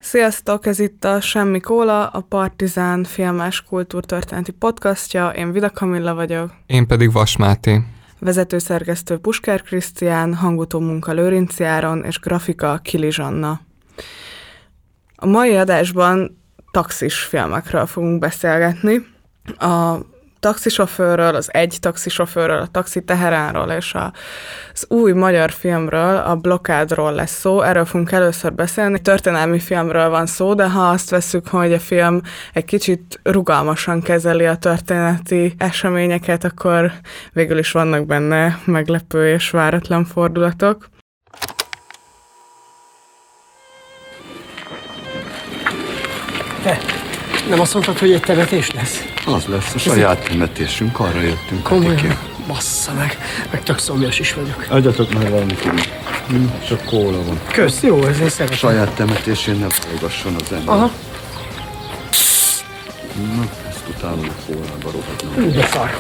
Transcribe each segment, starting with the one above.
Sziasztok, ez itt a Semmi Kóla, a Partizán filmes kultúrtörténeti podcastja. Én Vida Kamilla vagyok. Én pedig Vas Máté. Vezetőszerkesztő Puskár Krisztián, hangutó munka Lőrinczi Áron és grafika Kili Zsanna. A mai adásban taxis filmekről fogunk beszélgetni. A taxisofőrről, az Egy taxisofőrről, a Taxi Teheránról és az új magyar filmről, a Blokkádról lesz szó. Erről fogunk először beszélni. Történelmi filmről van szó, de ha azt vesszük, hogy a film egy kicsit rugalmasan kezeli a történeti eseményeket, akkor végül is vannak benne meglepő és váratlan fordulatok. Nem azt mondtad, hogy egy temetés lesz? Az lesz, a saját temetésünk, arra jöttünk. Komolyan? Bassza meg tök szomjas is vagyok. Adjatok már valamit, csak kóla van. Kösz, jó, ezért szeretem. Saját temetésén nem hallgasson az ember. Aha. Na, ezt utálom a kólába rohadnom. De szar.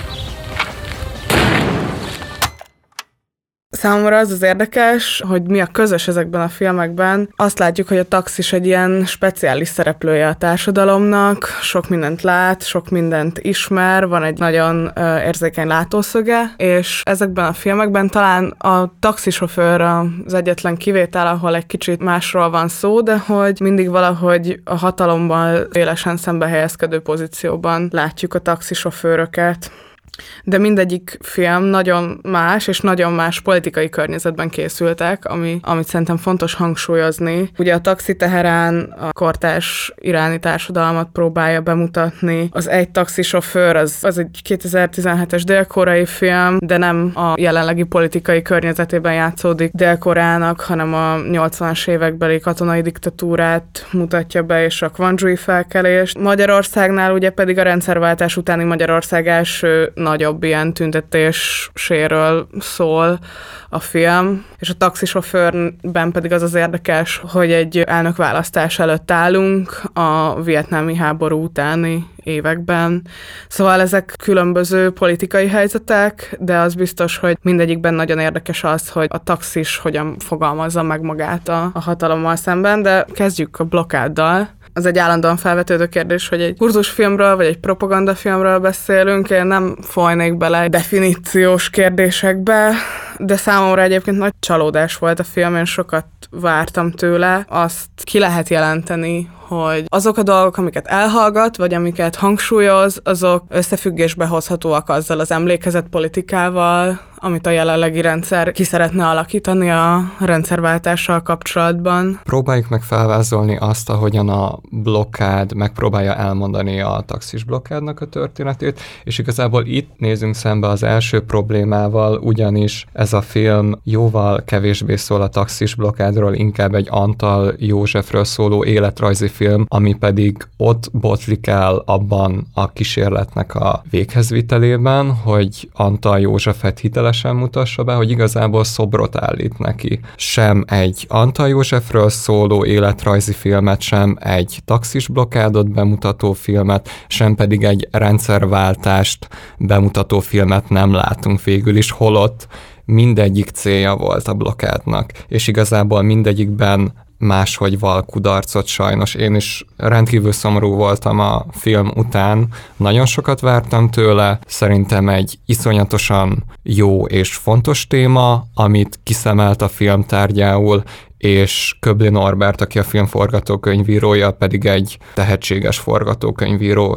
Számomra az érdekes, hogy mi a közös ezekben a filmekben. Azt látjuk, hogy a taxis egy ilyen speciális szereplője a társadalomnak, sok mindent lát, sok mindent ismer, van egy nagyon érzékeny látószöge, és ezekben a filmekben talán a taxisofőr az egyetlen kivétel, ahol egy kicsit másról van szó, de hogy mindig valahogy a hatalommal élesen szembe helyezkedő pozícióban látjuk a taxisofőröket. De mindegyik film nagyon más, és nagyon más politikai környezetben készültek, amit szerintem fontos hangsúlyozni. Ugye a Taxi Teherán a kortárs iráni társadalmat próbálja bemutatni. Az Egy taxisofőr, az egy 2017-es dél-koreai film, de nem a jelenlegi politikai környezetében játszódik Dél-Koreának, hanem a 80-as évekbeli katonai diktatúrát mutatja be, és a kvandzsui felkelést. Magyarországnál ugye pedig a rendszerváltás utáni Magyarország első nagyobb ilyen tüntetéséről szól a film, és a taxisofőrben pedig az érdekes, hogy egy elnökválasztás előtt állunk a vietnámi háború utáni években. Szóval ezek különböző politikai helyzetek, de az biztos, hogy mindegyikben nagyon érdekes az, hogy a taxis hogyan fogalmazza meg magát a hatalommal szemben, de kezdjük a Blokkáddal. Az egy állandóan felvetődő kérdés, hogy egy kurzusfilmről vagy egy propagandafilmről beszélünk. Én nem folynék bele definíciós kérdésekbe, de számomra egyébként nagy csalódás volt a film, én sokat vártam tőle. Azt ki lehet jelenteni, hogy azok a dolgok, amiket elhallgat, vagy amiket hangsúlyoz, azok összefüggésbe hozhatóak azzal az emlékezett politikával, amit a jelenlegi rendszer ki szeretne alakítani a rendszerváltással kapcsolatban. Próbáljuk meg felvázolni azt, ahogyan a blokkád megpróbálja elmondani a taxis blokkádnak a történetét, és igazából itt nézünk szembe az első problémával, ugyanis ez a film jóval kevésbé szól a taxis blokkádról, inkább egy Antal Józsefről szóló életrajzi film, ami pedig ott botlik el abban a kísérletnek a véghezvitelében, hogy Antal Józsefet hitelesen mutassa be, hogy igazából szobrot állít neki. Sem egy Antal Józsefről szóló életrajzi filmet, sem egy taxis blokkádot bemutató filmet, sem pedig egy rendszerváltást bemutató filmet nem látunk végül is, holott mindegyik célja volt a blokkádnak, és igazából mindegyikben máshogy val kudarcot sajnos. Én is rendkívül szomorú voltam a film után, nagyon sokat vártam tőle, szerintem egy iszonyatosan jó és fontos téma, amit kiszemelt a film tárgyául, és Köbli Norbert, aki a film forgatókönyvírója, pedig egy tehetséges forgatókönyvíró.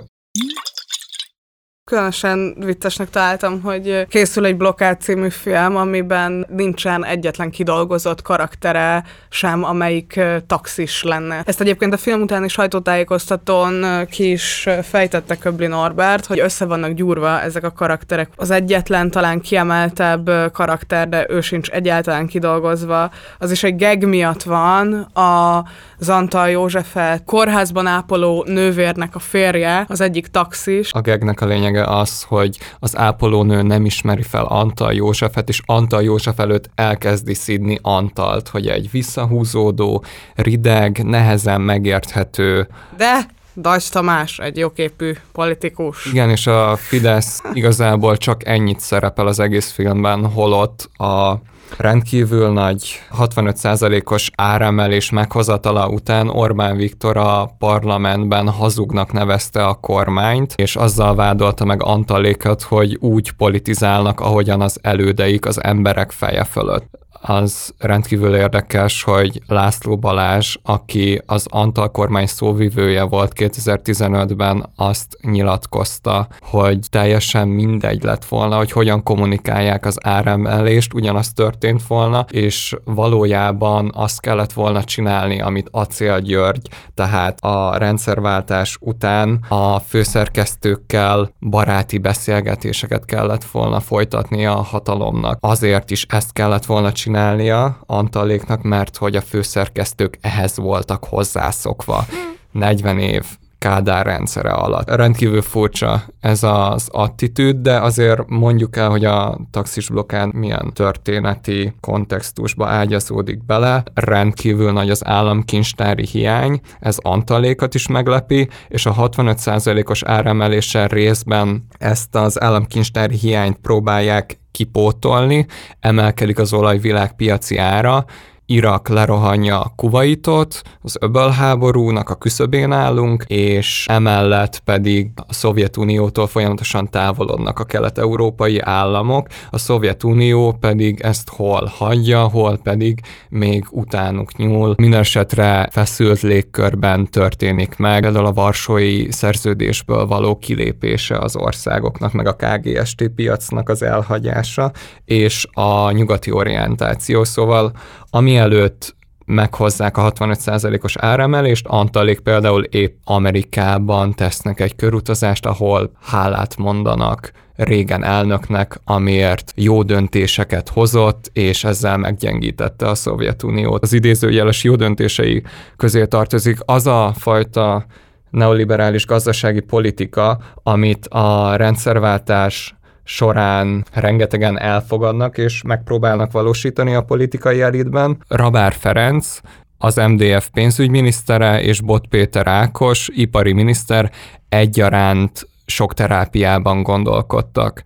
Különösen viccesnek találtam, hogy készül egy Blokkád című film, amiben nincsen egyetlen kidolgozott karaktere sem, amelyik taxis lenne. Ezt egyébként a film utáni sajtótájékoztatón ki is fejtette Köbli Norbert, hogy össze vannak gyúrva ezek a karakterek. Az egyetlen talán kiemeltebb karakter, de ő sincs egyáltalán kidolgozva, az is egy gag miatt van, az Antal Józsefet kórházban ápoló nővérnek a férje, az egyik taxis. A gagnek a lényeg az, hogy az ápolónő nem ismeri fel Antal Józsefet, és Antal József előtt elkezdi szidni Antalt, hogy egy visszahúzódó, rideg, nehezen megérthető. De Dajcs Tamás egy jóképű politikus. Igen, és a Fidesz igazából csak ennyit szerepel az egész filmben, holott a rendkívül nagy 65%-os áremelés meghozatala után Orbán Viktor a parlamentben hazugnak nevezte a kormányt, és azzal vádolta meg Antalékat, hogy úgy politizálnak, ahogyan az elődeik az emberek feje fölött. Az rendkívül érdekes, hogy László Balázs, aki az Antal kormány szóvivője volt 2015-ben, azt nyilatkozta, hogy teljesen mindegy lett volna, hogy hogyan kommunikálják az áremelést, ugyanaz történt volna, és valójában azt kellett volna csinálni, amit Acél György, tehát a rendszerváltás után a főszerkesztőkkel baráti beszélgetéseket kellett volna folytatni a hatalomnak. Azért is ezt kellett volna csinálnia Antaléknak, mert hogy a főszerkesztők ehhez voltak hozzászokva 40 év Kádár rendszere alatt. Rendkívül furcsa ez az attitűd, de azért mondjuk el, hogy a taxis blokkád milyen történeti kontextusba ágyazódik bele. Rendkívül nagy az államkincstári hiány, ez Antalékat is meglepi, és a 65%-os áremeléssel részben ezt az államkincstári hiányt próbálják kipótolni, emelkedik az olajvilágpiaci ára, Irak lerohanja Kuvaitot, az öbölháborúnak a küszöbén állunk, és emellett pedig a Szovjetuniótól folyamatosan távolodnak a kelet-európai államok, a Szovjetunió pedig ezt hol hagyja, hol pedig még utánuk nyúl. Mindenesetre feszült légkörben történik meg, például a Varsói Szerződésből való kilépése az országoknak, meg a KGST piacnak az elhagyása, és a nyugati orientáció, szóval ami előtt meghozzák a 65%-os áremelést, Antalék például épp Amerikában tesznek egy körutazást, ahol hálát mondanak Reagan elnöknek, amiért jó döntéseket hozott, és ezzel meggyengítette a Szovjetuniót. Az idézőjeles jó döntései közé tartozik az a fajta neoliberális gazdasági politika, amit a rendszerváltás során rengetegen elfogadnak és megpróbálnak valósítani a politikai elitben. Rabár Ferenc, az MDF pénzügyminisztere és Bot Péter Ákos, ipari miniszter egyaránt sok terápiában gondolkodtak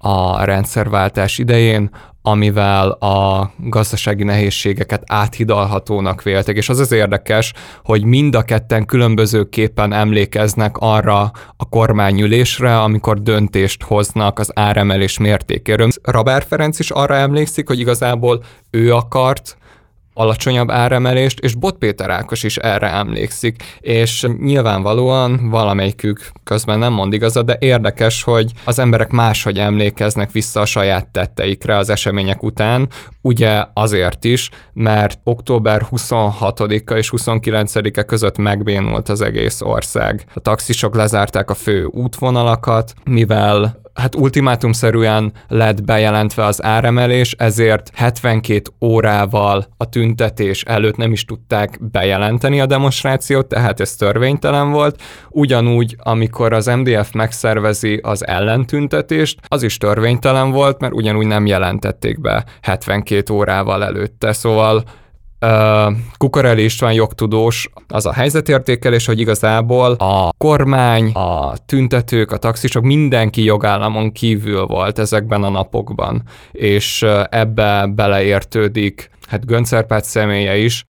a rendszerváltás idején, amivel a gazdasági nehézségeket áthidalhatónak véltek. És az érdekes, hogy mind a ketten különbözőképpen emlékeznek arra a kormányülésre, amikor döntést hoznak az áremelés mértékéről. Rabár Ferenc is arra emlékszik, hogy igazából ő akart alacsonyabb áremelést, és Bot Péter Ákos is erre emlékszik, és nyilvánvalóan valamelyikük közben nem mond igazat, de érdekes, hogy az emberek máshogy emlékeznek vissza a saját tetteikre az események után, ugye azért is, mert október 26-a és 29-e között megbénult az egész ország. A taxisok lezárták a fő útvonalakat, mivel ultimátumszerűen lett bejelentve az áremelés, ezért 72 órával a tüntetés előtt nem is tudták bejelenteni a demonstrációt, tehát ez törvénytelen volt. Ugyanúgy, amikor az MDF megszervezi az ellentüntetést, az is törvénytelen volt, mert ugyanúgy nem jelentették be 72 órával előtte. Szóval Kukorelli István jogtudós, az a helyzetértékelés, hogy igazából a kormány, a tüntetők, a taxisok, mindenki jogállamon kívül volt ezekben a napokban, és ebbe beleértődik Göncz Árpád személye is.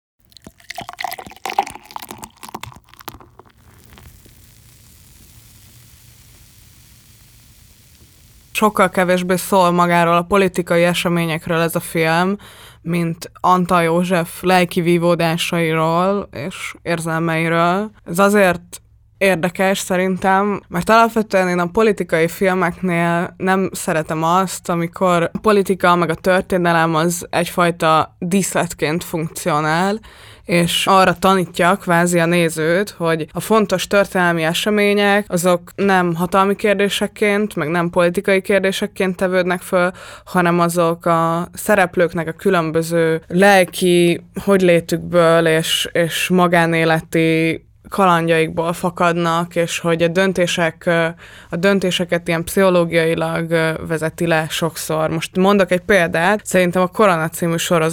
Sokkal kevésbé szól magáról a politikai eseményekről ez a film, mint Antal József lelki vívódásairól és érzelmeiről. Ez azért érdekes szerintem, mert alapvetően én a politikai filmeknél nem szeretem azt, amikor a politika meg a történelem az egyfajta díszletként funkcionál, és arra tanítja kvázi a nézőt, hogy a fontos történelmi események azok nem hatalmi kérdésekként, meg nem politikai kérdésekként tevődnek föl, hanem azok a szereplőknek a különböző lelki hogylétükből és magánéleti kalandjaikból fakadnak, és hogy a döntéseket ilyen pszichológiailag vezeti le sokszor. Most mondok egy példát, szerintem a Korona című sorozat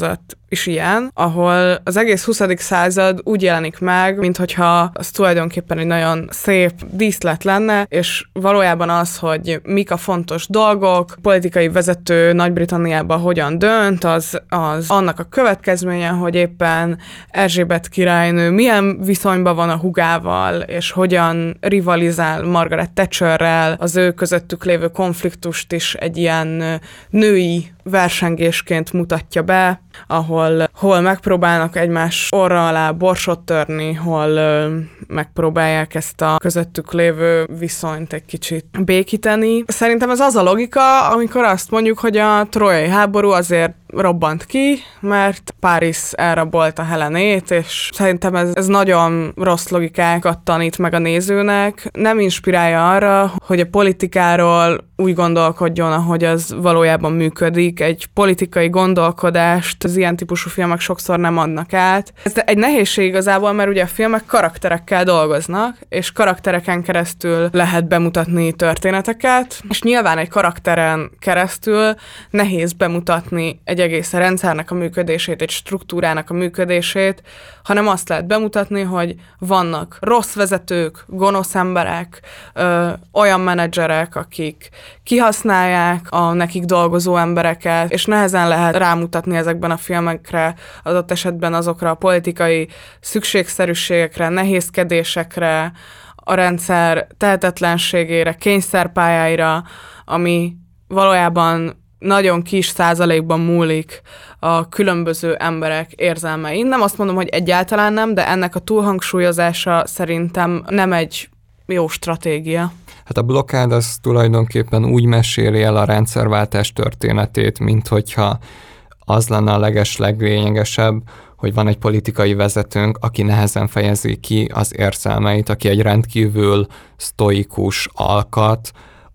is ilyen, ahol az egész 20. század úgy jelenik meg, minthogyha az tulajdonképpen egy nagyon szép díszlet lenne, és valójában az, hogy mik a fontos dolgok, politikai vezető Nagy-Britanniában hogyan dönt, az annak a következménye, hogy éppen Erzsébet királynő milyen viszonyban van a hugával, és hogyan rivalizál Margaret Thatcherrel, az ő közöttük lévő konfliktust is egy ilyen női versengésként mutatja be, ahol hol megpróbálnak egymás orra alá borsot törni, hol megpróbálják ezt a közöttük lévő viszonyt egy kicsit békíteni. Szerintem ez az a logika, amikor azt mondjuk, hogy a trójai háború azért robbant ki, mert Párizs elrabolta Helenét, és szerintem ez nagyon rossz logikákat tanít meg a nézőnek. Nem inspirálja arra, hogy a politikáról úgy gondolkodjon, ahogy az valójában működik. Egy politikai gondolkodást az ilyen típusú filmek sokszor nem adnak át. Ez egy nehézség igazából, mert ugye a filmek karakterekkel dolgoznak, és karaktereken keresztül lehet bemutatni történeteket, és nyilván egy karakteren keresztül nehéz bemutatni egy egész rendszernek a működését, egy struktúrának a működését, hanem azt lehet bemutatni, hogy vannak rossz vezetők, gonosz emberek, olyan menedzserek, akik kihasználják a nekik dolgozó embereket, és nehezen lehet rámutatni ezekben a filmekre, adott esetben azokra a politikai szükségszerűségekre, nehézkedésekre, a rendszer tehetetlenségére, kényszerpályáira, ami valójában nagyon kis százalékban múlik a különböző emberek érzelmein. Nem azt mondom, hogy egyáltalán nem, de ennek a túlhangsúlyozása szerintem nem egy jó stratégia. Hát a blokkád az tulajdonképpen úgy meséli el a rendszerváltás történetét, mint hogyha az lenne a leglényegesebb, hogy van egy politikai vezetőnk, aki nehezen fejezi ki az érzelmeit, aki egy rendkívül sztoikus alkat,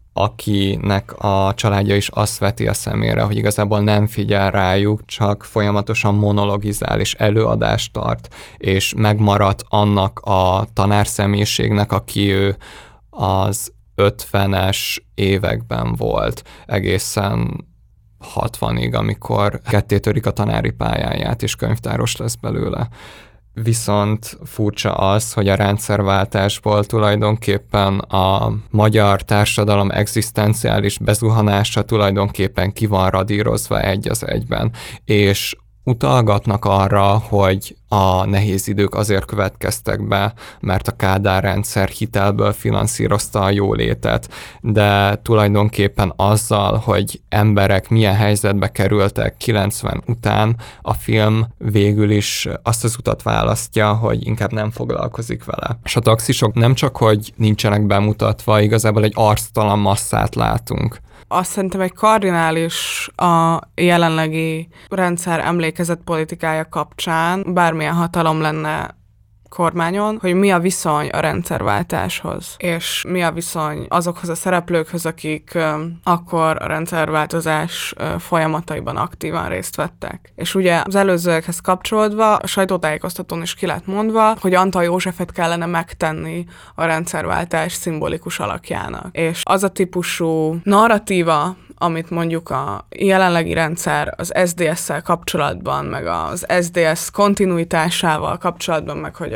akinek a családja is azt veti a szemére, hogy igazából nem figyel rájuk, csak folyamatosan monologizál és előadást tart, és megmaradt annak a tanárszemélységnek, aki ő az 50-es években volt, egészen 60-ig, amikor kettétörik a tanári pályáját, és könyvtáros lesz belőle. Viszont furcsa az, hogy a rendszerváltásból tulajdonképpen a magyar társadalom egzisztenciális bezuhanása tulajdonképpen ki van radírozva egy az egyben, és utalgatnak arra, hogy a nehéz idők azért következtek be, mert a Kádár rendszer hitelből finanszírozta a jólétet, de tulajdonképpen azzal, hogy emberek milyen helyzetbe kerültek 90 után, a film végül is azt az utat választja, hogy inkább nem foglalkozik vele. És a taxisok nem csak, hogy nincsenek bemutatva, igazából egy arctalan masszát látunk. Azt szerintem egy kardinális a jelenlegi rendszer emlékezet politikája kapcsán, bármilyen hatalom lenne kormányon, hogy mi a viszony a rendszerváltáshoz, és mi a viszony azokhoz a szereplőkhöz, akik akkor a rendszerváltozás folyamataiban aktívan részt vettek. És ugye az előzőekhez kapcsolódva a sajtótájékoztatón is ki lett mondva, hogy Antal Józsefet kellene megtenni a rendszerváltás szimbolikus alakjának. És az a típusú narratíva, amit mondjuk a jelenlegi rendszer az SDS-szel kapcsolatban, meg az SDS kontinuitásával kapcsolatban, meg hogy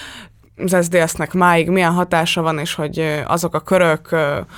az SDS-nek máig milyen hatása van, és hogy azok a körök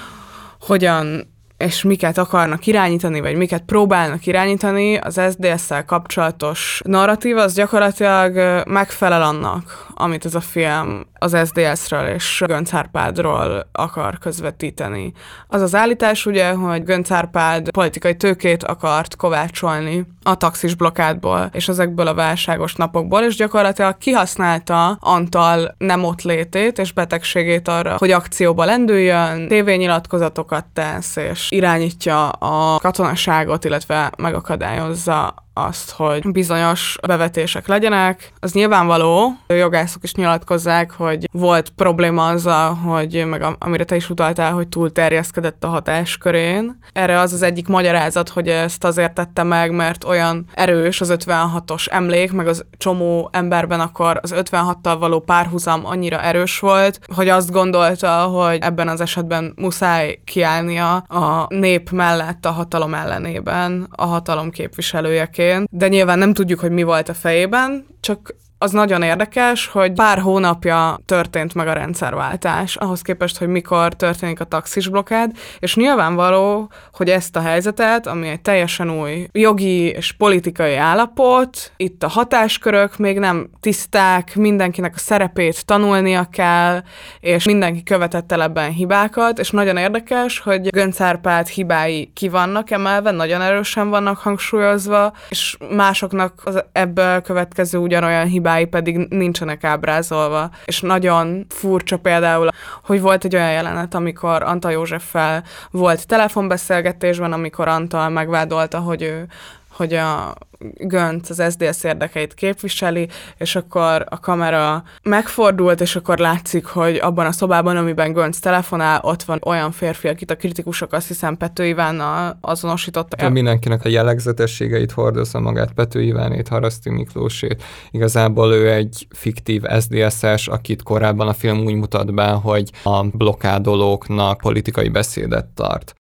hogyan és miket akarnak irányítani, vagy miket próbálnak irányítani, az SDS-szel kapcsolatos narratíva az gyakorlatilag megfelel annak, amit ez a film az SDS-ről és Göncz Árpádról akar közvetíteni. Az az állítás ugye, hogy Göncz Árpád politikai tőkét akart kovácsolni a taxis blokkádból, és ezekből a válságos napokból, és gyakorlatilag kihasználta Antal nem ott létét és betegségét arra, hogy akcióba lendüljön, tévényilatkozatokat tesz, és irányítja a katonaságot, illetve megakadályozza azt, hogy bizonyos bevetések legyenek. Az nyilvánvaló, a jogászok is nyilatkozzák, hogy volt probléma azzal, hogy meg amire te is utaltál, hogy túl terjeszkedett a hatáskörén. Erre az az egyik magyarázat, hogy ezt azért tette meg, mert olyan erős az 56-os emlék, meg az csomó emberben akkor az 56-tal való párhuzam annyira erős volt, hogy azt gondolta, hogy ebben az esetben muszáj kiállnia a nép mellett a hatalom ellenében, a hatalom képviselőjeként, környékén, de nyilván nem tudjuk, hogy mi volt a fejében, csak az nagyon érdekes, hogy pár hónapja történt meg a rendszerváltás, ahhoz képest, hogy mikor történik a taxis blokkád, és nyilvánvaló, hogy ezt a helyzetet, ami egy teljesen új jogi és politikai állapot, itt a hatáskörök még nem tiszták, mindenkinek a szerepét tanulnia kell, és mindenki követett el ebben hibákat, és nagyon érdekes, hogy Göncz Árpád hibái ki vannak emelve, nagyon erősen vannak hangsúlyozva, és másoknak az ebből következő ugyanolyan hibái pedig nincsenek ábrázolva. És nagyon furcsa például, hogy volt egy olyan jelenet, amikor Antall Józseffel volt telefonbeszélgetésben, amikor Antall megvádolta, hogy a Göncz az SZDSZ érdekeit képviseli, és akkor a kamera megfordult, és akkor látszik, hogy abban a szobában, amiben Göncz telefonál, ott van olyan férfi, akit a kritikusok azt hiszem Pető Ivánnal azonosítottak. Mindenkinek a jellegzetességeit hordozza magát, Pető Ivánét, Haraszti Miklósét. Igazából ő egy fiktív SZDSZ-es, akit korábban a film úgy mutat be, hogy a blokkádolóknak politikai beszédet tart.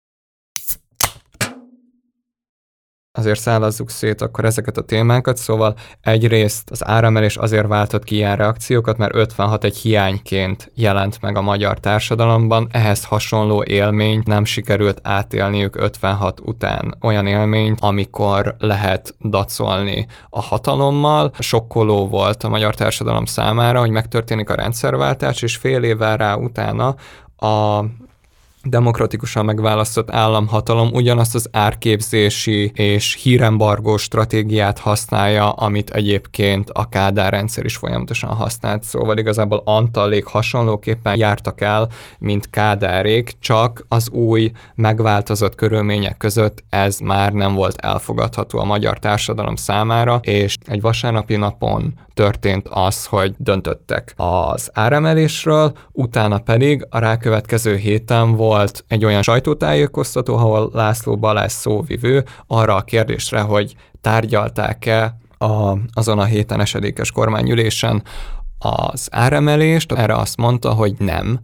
Azért szállazzuk szét akkor ezeket a témákat, szóval egyrészt az áremelés azért váltott ki ilyen reakciókat, mert 56 egy hiányként jelent meg a magyar társadalomban, ehhez hasonló élményt nem sikerült átélniük 56 után. Olyan élményt, amikor lehet dacolni a hatalommal. Sokkoló volt a magyar társadalom számára, hogy megtörténik a rendszerváltás, és fél évvel rá utána a demokratikusan megválasztott államhatalom ugyanazt az árképzési és hírembargó stratégiát használja, amit egyébként a Kádár rendszer is folyamatosan használt. Szóval igazából Antallék hasonlóképpen jártak el, mint Kádárék, csak az új, megváltozott körülmények között ez már nem volt elfogadható a magyar társadalom számára, és egy vasárnapi napon történt az, hogy döntöttek az áremelésről, utána pedig a rákövetkező héten volt egy olyan sajtótájékoztató, ahol László Balázs szóvivő arra a kérdésre, hogy tárgyalták-e azon a héten esedékes kormányülésen az áremelést, erre azt mondta, hogy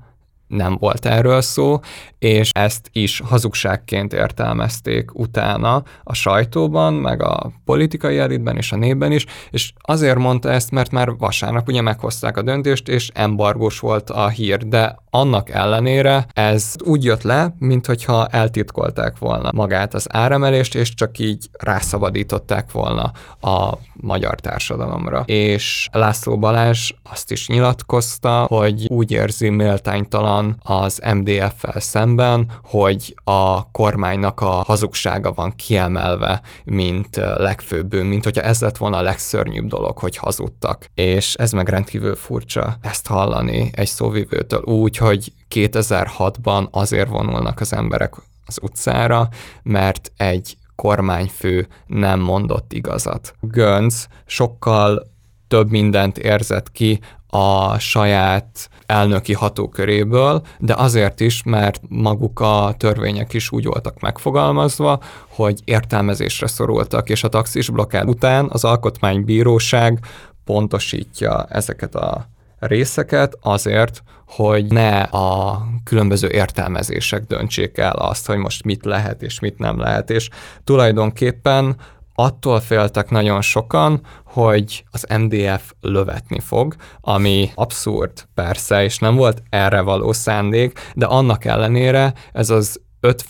nem volt erről szó, és ezt is hazugságként értelmezték utána a sajtóban, meg a politikai elitben és a népben is, és azért mondta ezt, mert már vasárnap ugye meghozták a döntést, és embargós volt a hír, de annak ellenére ez úgy jött le, minthogyha eltitkolták volna magát az áremelést, és csak így rászabadították volna a magyar társadalomra. És László Balázs azt is nyilatkozta, hogy úgy érzi méltánytalan az MDF-fel szemben, hogy a kormánynak a hazugsága van kiemelve, mint legfőbb bűn, mint hogyha ez lett volna a legszörnyűbb dolog, hogy hazudtak. És ez meg rendkívül furcsa ezt hallani egy szóvivőtől úgy, hogy 2006-ban azért vonulnak az emberek az utcára, mert egy kormányfő nem mondott igazat. Göncz sokkal több mindent érzett ki a saját elnöki hatóköréből, de azért is, mert maguk a törvények is úgy voltak megfogalmazva, hogy értelmezésre szorultak, és a taxis blokkád után az Alkotmánybíróság pontosítja ezeket a részeket azért, hogy ne a különböző értelmezések döntsék el azt, hogy most mit lehet és mit nem lehet, és tulajdonképpen attól féltek nagyon sokan, hogy az MDF lövetni fog, ami abszurd persze, és nem volt erre való szándék, de annak ellenére ez az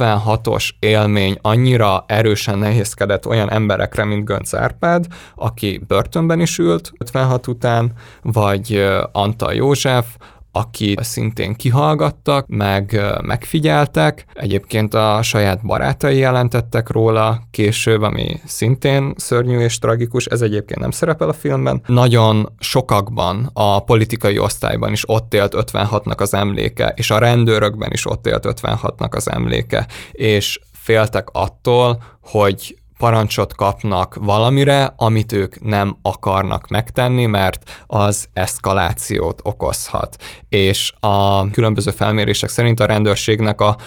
56-os élmény annyira erősen nehézkedett olyan emberekre, mint Göncz Árpád, aki börtönben is ült 56 után, vagy Antall József, aki szintén kihallgattak, meg megfigyeltek. Egyébként a saját barátai jelentettek róla később, ami szintén szörnyű és tragikus, ez egyébként nem szerepel a filmben. Nagyon sokakban a politikai osztályban is ott élt 56-nak az emléke, és a rendőrökben is ott élt 56-nak az emléke, és féltek attól, hogy parancsot kapnak valamire, amit ők nem akarnak megtenni, mert az eszkalációt okozhat. És a különböző felmérések szerint a rendőrségnek a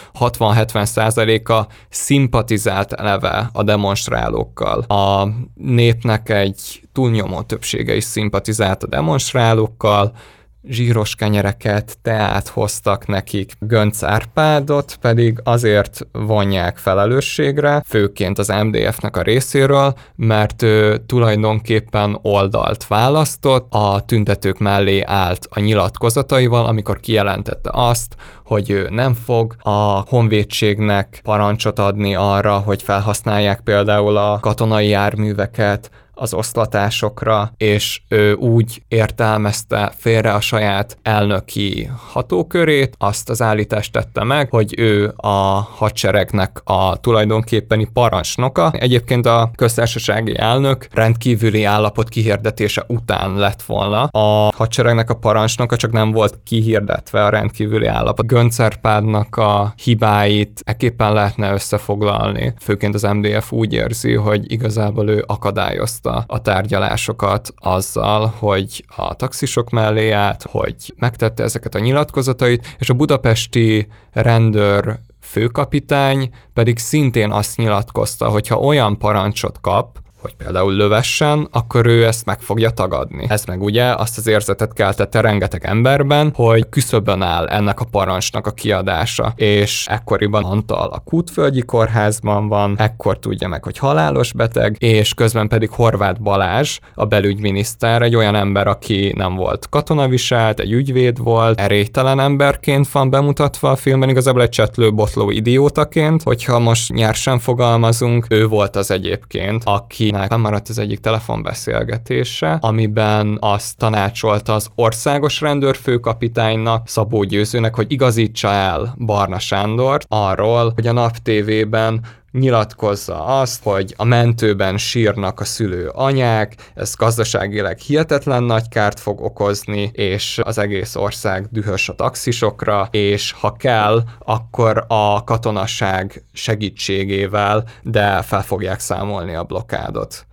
60-70%-a szimpatizált eleve a demonstrálókkal. A népnek egy túlnyomó többsége is szimpatizált a demonstrálókkal, zsíros kenyereket, teát hoztak nekik. Göncz Árpádot pedig azért vonják felelősségre, főként az MDF-nek a részéről, mert ő tulajdonképpen oldalt választott, a tüntetők mellé állt a nyilatkozataival, amikor kijelentette azt, hogy ő nem fog a honvédségnek parancsot adni arra, hogy felhasználják például a katonai járműveket az oszlatásokra, és ő úgy értelmezte félre a saját elnöki hatókörét, azt az állítást tette meg, hogy ő a hadseregnek a tulajdonképpeni parancsnoka. Egyébként a köztársasági elnök rendkívüli állapot kihirdetése után lett volna a hadseregnek a parancsnoka, csak nem volt kihirdetve a rendkívüli állapot. Göncz Árpádnak a hibáit ekképpen lehetne összefoglalni. Főként az MDF úgy érzi, hogy igazából ő akadályozta a tárgyalásokat azzal, hogy a taxisok mellé állt, hogy megtette ezeket a nyilatkozatait, és a budapesti rendőr főkapitány pedig szintén azt nyilatkozta, hogy ha olyan parancsot kap, hogy például lövessen, akkor ő ezt meg fogja tagadni. Ez meg ugye azt az érzetet keltette rengeteg emberben, hogy küszöbön áll ennek a parancsnak a kiadása, és ekkoriban Antal a Kútföldi kórházban van, ekkor tudja meg, hogy halálos beteg, és közben pedig Horváth Balázs, a belügyminiszter, egy olyan ember, aki nem volt katonaviselt, egy ügyvéd volt, erélytelen emberként van bemutatva a filmben, igazából egy csetlő-botló idiótaként, hogyha most nyersen fogalmazunk, ő volt az egyébként, aki maradt az egyik telefonbeszélgetése, amiben azt tanácsolta az országos rendőrfőkapitánynak, Szabó Győzőnek, hogy igazítsa el Barna Sándort arról, hogy a Nap TV-ben nyilatkozza azt, hogy a mentőben sírnak a szülő anyák, ez gazdaságilag hihetetlen nagy kárt fog okozni, és az egész ország dühös a taxisokra, és ha kell, akkor a katonaság segítségével, de fel fogják számolni a blokkádot.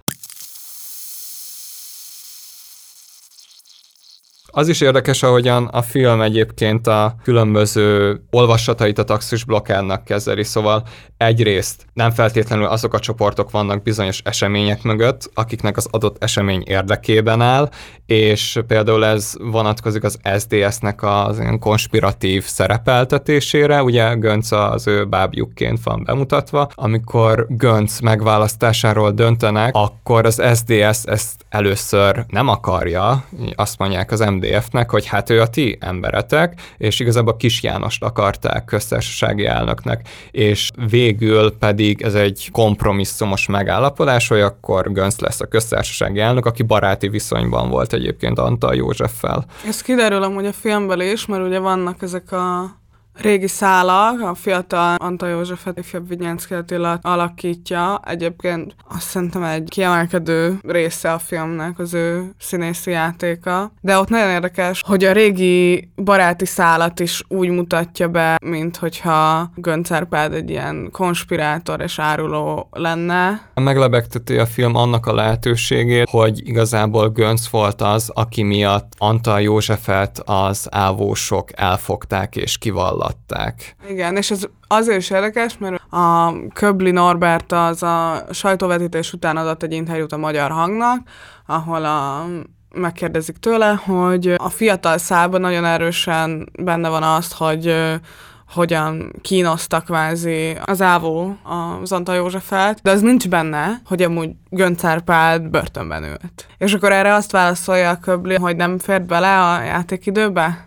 Az is érdekes, ahogyan a film egyébként a különböző olvasatait a taxis blokkádnak kezeli, szóval egyrészt nem feltétlenül azok a csoportok vannak bizonyos események mögött, akiknek az adott esemény érdekében áll, és például ez vonatkozik az SZDSZ-nek az ilyen konspiratív szerepeltetésére, ugye Göncz az ő bábjukként van bemutatva, amikor Göncz megválasztásáról döntenek, akkor az SZDSZ ezt először nem akarja, azt mondják az MDF-nek, hogy hát ő a ti emberetek, és igazából Kis Jánost akarták köztársasági elnöknek, és végül pedig ez egy kompromisszumos megállapodás, hogy akkor Göncz lesz a köztársasági elnök, aki baráti viszonyban volt egyébként Antal Józseffel. Ez kiderül amúgy a filmből is, mert ugye vannak ezek a régi szálak, a fiatal Antal Józsefet, ifjabb Vignyánszky Attila alakítja. Egyébként azt szerintem egy kiemelkedő része a filmnek az ő színészi játéka. De ott nagyon érdekes, hogy a régi baráti szálat is úgy mutatja be, mint hogyha Göncz Árpád egy ilyen konspirátor és áruló lenne. Meglebegteti a film annak a lehetőségét, hogy igazából Göncz volt az, aki miatt Antal Józsefet az ávósok elfogták és kivallatták. Igen, és ez azért is érdekes, mert a Köbli Norbert az a sajtóvetítés után adott egy interjút a Magyar Hangnak, ahol megkérdezik tőle, hogy a fiatal szálban nagyon erősen benne van azt, hogy hogyan kínoztak kvázi az ávó az Antal Józsefet, de az nincs benne, hogy amúgy Göncz Árpád börtönben ült. És akkor erre azt válaszolja a Köbli, hogy nem fért bele a játékidőbe.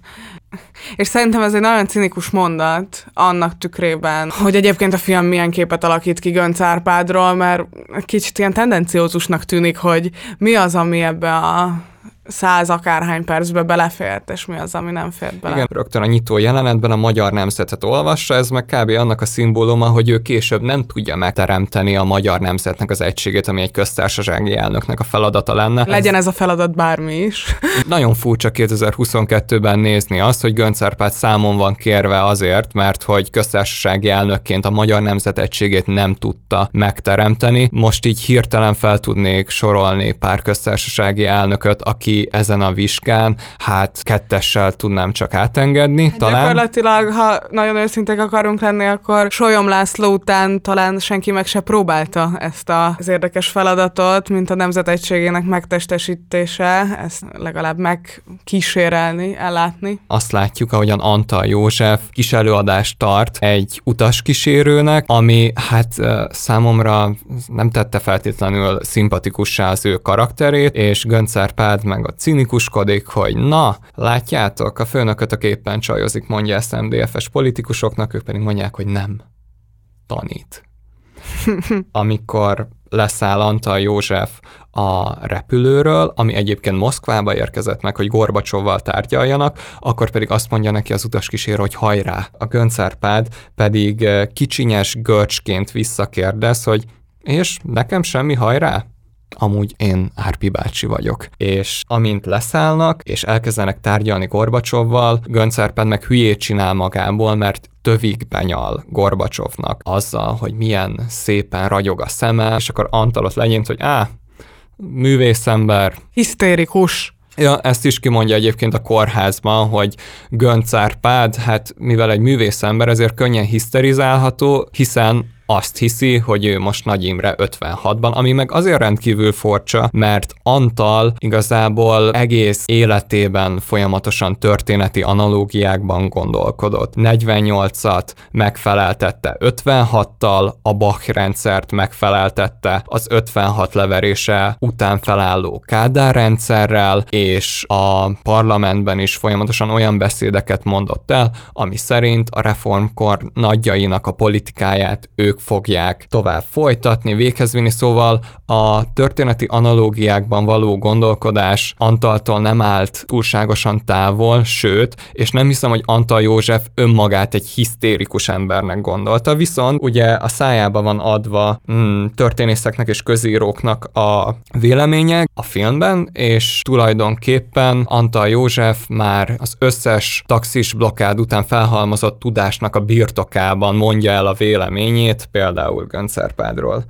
És szerintem ez egy nagyon cinikus mondat annak tükrében, hogy egyébként a film milyen képet alakít ki Göncz Árpádról, mert kicsit ilyen tendenciózusnak tűnik, hogy mi az, ami ebbe a 100 akárhány percbe belefért, és mi az, ami nem fért bele. Igen, rögtön a nyitó jelenetben a Magyar Nemzetet olvassa, ez meg kb. Annak a szimbóluma, hogy ő később nem tudja megteremteni a magyar nemzetnek az egységét, ami egy köztársasági elnöknek a feladata lenne. Legyen ez a feladat bármi is. Nagyon furcsa 2022-ben nézni azt, hogy Göncz Árpád számon van kérve azért, mert hogy köztársasági elnökként a magyar nemzet egységét nem tudta megteremteni. Most így hirtelen fel tudnék sorolni pár köztársasági elnököt, aki neki ezen a vizsgán, hát 2-essel tudnám csak átengedni, talán. Gyakorlatilag, ha nagyon őszinték akarunk lenni, akkor Sólyom László után talán senki meg se próbálta ezt az érdekes feladatot, mint a nemzet egységének megtestesítése, ezt legalább megkísérelni, ellátni. Azt látjuk, ahogyan Antal József kis előadást tart egy utaskísérőnek, ami hát számomra nem tette feltétlenül szimpatikussá az ő karakterét, és Göncz Árpád meg a cinikuskodik, hogy na, látjátok, a főnökötök éppen csajozik, mondja ezt MDF-es politikusoknak, ők pedig mondják, hogy nem tanít. Amikor leszáll Antal József a repülőről, ami egyébként Moszkvába érkezett meg, hogy Gorbacsovval tárgyaljanak, akkor pedig azt mondja neki az utaskísérő, hogy hajrá. A Göncz Árpád pedig kicsinyes görcsként visszakérdez, hogy és nekem semmi hajrá? Amúgy én Árpi bácsi vagyok. És amint leszállnak, és elkezdenek tárgyalni Gorbacsovval, Göncz Árpád meg hülyét csinál magából, mert tövig benyal Gorbacsovnak azzal, hogy milyen szépen ragyog a szeme, és akkor Antal ott legyint, hogy művészember. Hisztérikus. Ja, ezt is kimondja egyébként a kórházban, hogy Göncz Árpád, hát mivel egy művészember, ezért könnyen hiszterizálható, hiszen azt hiszi, hogy ő most Nagy Imre 56-ban, ami meg azért rendkívül furcsa, mert Antal igazából egész életében folyamatosan történeti analógiákban gondolkodott. 48-at megfeleltette 56-tal, a Bach rendszert megfeleltette az 56 leverése után felálló Kádár rendszerrel, és a parlamentben is folyamatosan olyan beszédeket mondott el, ami szerint a reformkor nagyjainak a politikáját ők fogják tovább folytatni, véghez vinni, szóval a történeti analógiákban való gondolkodás Antaltól nem állt túlságosan távol, sőt, és nem hiszem, hogy Antal József önmagát egy hisztérikus embernek gondolta, viszont ugye a szájába van adva történészeknek és közíróknak a vélemények a filmben, és tulajdonképpen Antal József már az összes taxis blokkád után felhalmozott tudásnak a birtokában mondja el a véleményét, például Göncz Árpádról.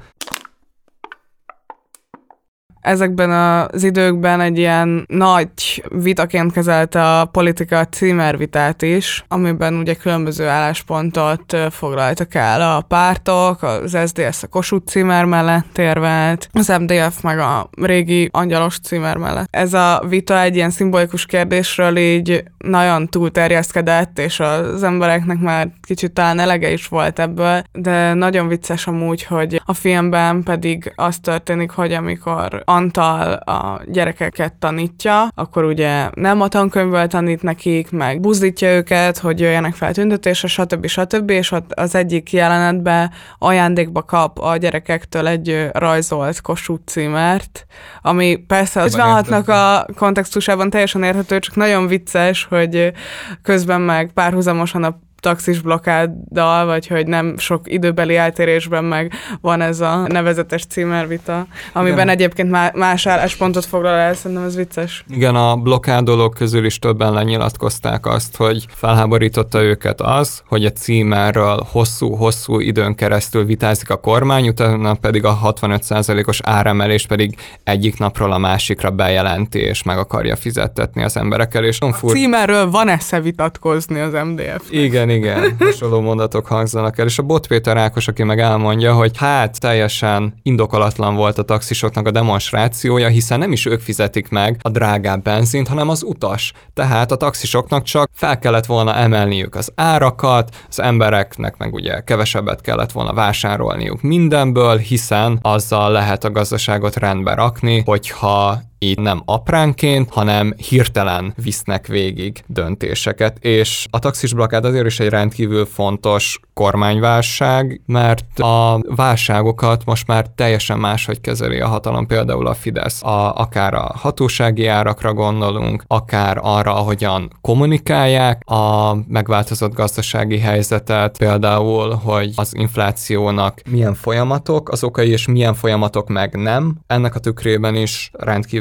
Ezekben az időkben egy ilyen nagy vitaként kezelte a politika a címervitát is, amiben ugye különböző álláspontot foglaltak el a pártok, az SZDSZ a Kossuth címer mellett érvelt, az MDF meg a régi angyalos címer mellett. Ez a vita egy ilyen szimbolikus kérdésről így nagyon túlterjeszkedett, és az embereknek már kicsit talán elege is volt ebből, de nagyon vicces amúgy, hogy a filmben pedig az történik, hogy amikor Antal a gyerekeket tanítja, akkor ugye nem a tankönyvből tanít nekik, meg buzdítja őket, hogy jöjjenek fel tüntetésre, stb. És ott az egyik jelenetben ajándékba kap a gyerekektől egy rajzolt Kossuth címert, ami persze az 56-nak a kontextusában teljesen érthető, csak nagyon vicces, hogy közben meg párhuzamosan a taxis blokkáddal, vagy hogy nem sok időbeli eltérésben meg van ez a nevezetes címervita, amiben igen, egyébként más álláspontot foglal el, szerintem ez vicces. Igen, a blokkádolók közül is többen lenyilatkozták azt, hogy felháborította őket az, hogy a címerről hosszú időn keresztül vitázik a kormány, utána pedig a 65%-os áremelés pedig egyik napról a másikra bejelenti, és meg akarja fizettetni az emberekkel. És a címerről van esze vitatkozni az MDF. Igen, hasonló mondatok hangzanak el, és a Bot Péter Ákos, aki meg elmondja, hogy hát teljesen indokolatlan volt a taxisoknak a demonstrációja, hiszen nem is ők fizetik meg a drágább benzint, hanem az utas. Tehát a taxisoknak csak fel kellett volna emelniük az árakat, az embereknek meg ugye kevesebbet kellett volna vásárolniuk mindenből, hiszen azzal lehet a gazdaságot rendbe rakni, hogyha így nem apránként, hanem hirtelen visznek végig döntéseket. És a taxis blokkád azért is egy rendkívül fontos kormányválság, mert a válságokat most már teljesen máshogy kezeli a hatalom, például a Fidesz. Akár a hatósági árakra gondolunk, akár arra, ahogyan kommunikálják a megváltozott gazdasági helyzetet, például, hogy az inflációnak milyen folyamatok az okai, és milyen folyamatok meg nem. Ennek a tükrében is rendkívül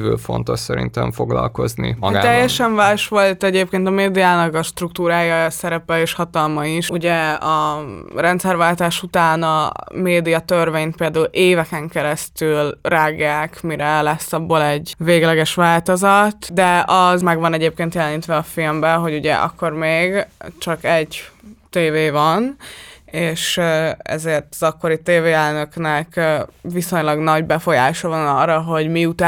rendkívül fontos szerintem foglalkozni magával. Teljesen más volt egyébként a médiának a struktúrája, szerepe és hatalma is. Ugye a rendszerváltás után a média törvényt például éveken keresztül rágják, mire lesz abból egy végleges változat, de az meg van egyébként jelenítve a filmben, hogy ugye akkor még csak egy tévé van, és ezért az akkori tévéelnöknek viszonylag nagy befolyása van arra, hogy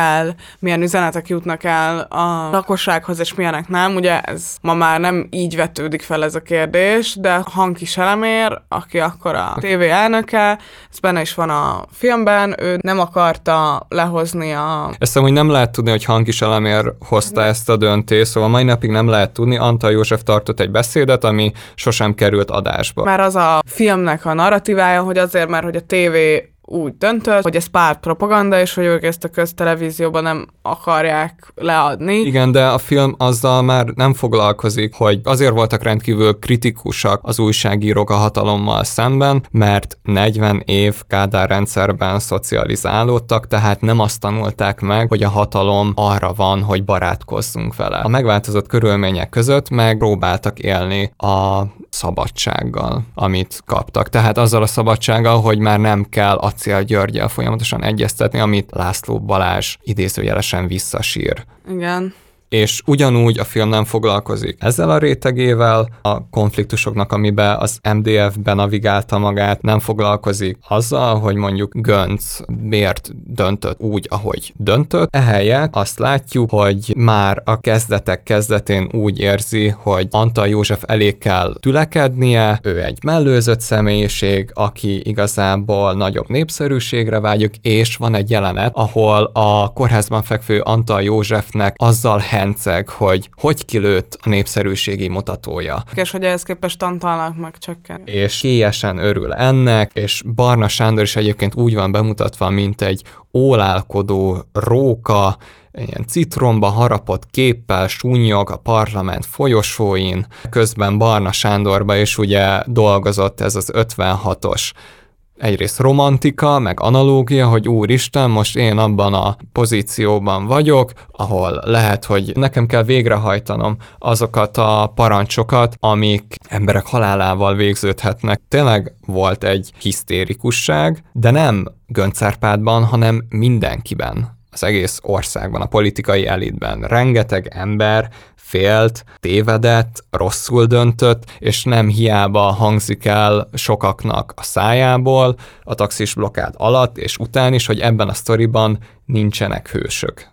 milyen üzenetek jutnak el a lakossághoz, és milyenek nem. Ugye ez ma már nem így vetődik fel ez a kérdés, de Hankis Elemér, aki akkor a tévéelnöke, ez benne is van a filmben, ő nem akarta lehozni Ezt amúgy nem lehet tudni, hogy Hankis Elemér hozta ezt a döntést, szóval mai napig nem lehet tudni. Antal József tartott egy beszédet, ami sosem került adásba. Már az a filmnek a narratívája, hogy azért, mert hogy a tévé úgy döntött, hogy ez pártpropaganda, és hogy ők ezt a köztelevízióban nem akarják leadni. Igen, de a film azzal már nem foglalkozik, hogy azért voltak rendkívül kritikusak az újságírók a hatalommal szemben, mert 40 év Kádár rendszerben szocializálódtak, tehát nem azt tanulták meg, hogy a hatalom arra van, hogy barátkozzunk vele. A megváltozott körülmények között meg próbáltak élni a szabadsággal, amit kaptak. Tehát azzal a szabadsággal, hogy már nem kell Acél Györggyel folyamatosan egyeztetni, amit László Balázs idézőjelesen visszasír. Igen. És ugyanúgy a film nem foglalkozik ezzel a rétegével, a konfliktusoknak, amiben az MDF benavigálta magát, nem foglalkozik azzal, hogy mondjuk Göncz miért döntött úgy, ahogy döntött. Ehelyett azt látjuk, hogy már a kezdetek kezdetén úgy érzi, hogy Antal József elé kell tülekednie, ő egy mellőzött személyiség, aki igazából nagyobb népszerűségre vágyik, és van egy jelenet, ahol a kórházban fekvő Antal Józsefnek azzal henceg, hogy kilőtt a népszerűségi mutatója. És hogy ehhez képest Antalnak megcsökken. És kélyesen örül ennek, és Barna Sándor is egyébként úgy van bemutatva, mint egy ólálkodó róka, ilyen citromba harapott képpel súnyog a parlament folyosóin. Közben Barna Sándorba is ugye dolgozott ez az 56-os egyrészt romantika, meg analógia, hogy úristen, most én abban a pozícióban vagyok, ahol lehet, hogy nekem kell végrehajtanom azokat a parancsokat, amik emberek halálával végződhetnek. Tényleg volt egy hisztérikusság, de nem Göncz Árpádban, hanem mindenkiben. Az egész országban, a politikai elitben. Rengeteg ember félt, tévedett, rosszul döntött, és nem hiába hangzik el sokaknak a szájából a taxis blokkád alatt és után is, hogy ebben a sztoriban nincsenek hősök.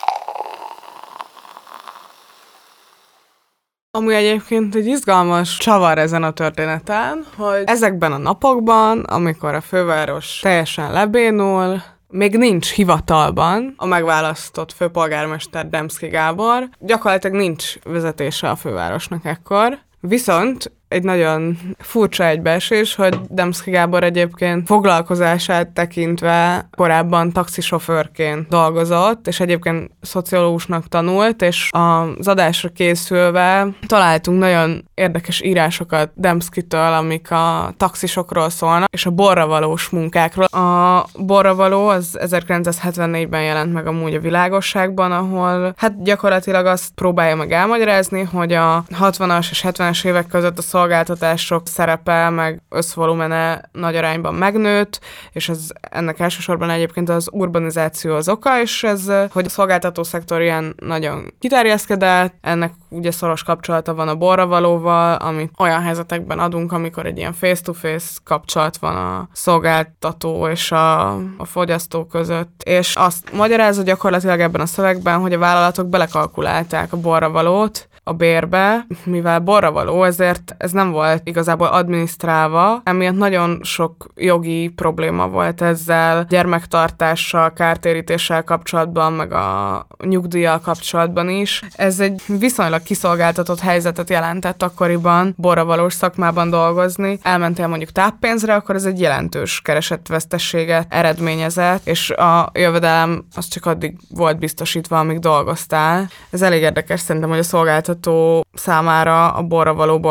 Ami egyébként egy izgalmas csavar ezen a történeten, hogy ezekben a napokban, amikor a főváros teljesen lebénul, még nincs hivatalban a megválasztott főpolgármester Demszky Gábor, gyakorlatilag nincs vezetése a fővárosnak ekkor, viszont egy nagyon furcsa egybeesés, hogy Demszky Gábor egyébként foglalkozását tekintve korábban taxisofőrként dolgozott, és egyébként szociológusnak tanult, és az adásra készülve találtunk nagyon érdekes írásokat Demszkytől, amik a taxisokról szólnak, és a borravalós munkákról. A borravaló az 1974-ben jelent meg amúgy a Világosságban, ahol hát gyakorlatilag azt próbálja meg elmagyarázni, hogy a 60-as és 70-es évek között a szolgáltatások szerepe, meg összvolumene nagy arányban megnőtt, és ennek elsősorban egyébként az urbanizáció az oka, és ez, hogy a szolgáltató szektor ilyen nagyon kiterjeszkedett, ennek ugye szoros kapcsolata van a borravalóval, amit olyan helyzetekben adunk, amikor egy ilyen face-to-face kapcsolat van a szolgáltató és a fogyasztó között. És azt magyarázza gyakorlatilag ebben a szövegben, hogy a vállalatok belekalkulálták a borravalót a bérbe, mivel borravaló, ezért ez nem volt igazából adminisztrálva, emiatt nagyon sok jogi probléma volt ezzel, gyermektartással, kártérítéssel kapcsolatban, meg a nyugdíjjal kapcsolatban is. Ez egy viszonylag kiszolgáltatott helyzetet jelentett akkoriban borravalós szakmában dolgozni. Elmentél mondjuk táppénzre, akkor ez egy jelentős keresetvesztességet eredményezett, és a jövedelem az csak addig volt biztosítva, amíg dolgoztál. Ez elég érdekes szerintem, hogy a szolgáltató számára a borravalóból képződő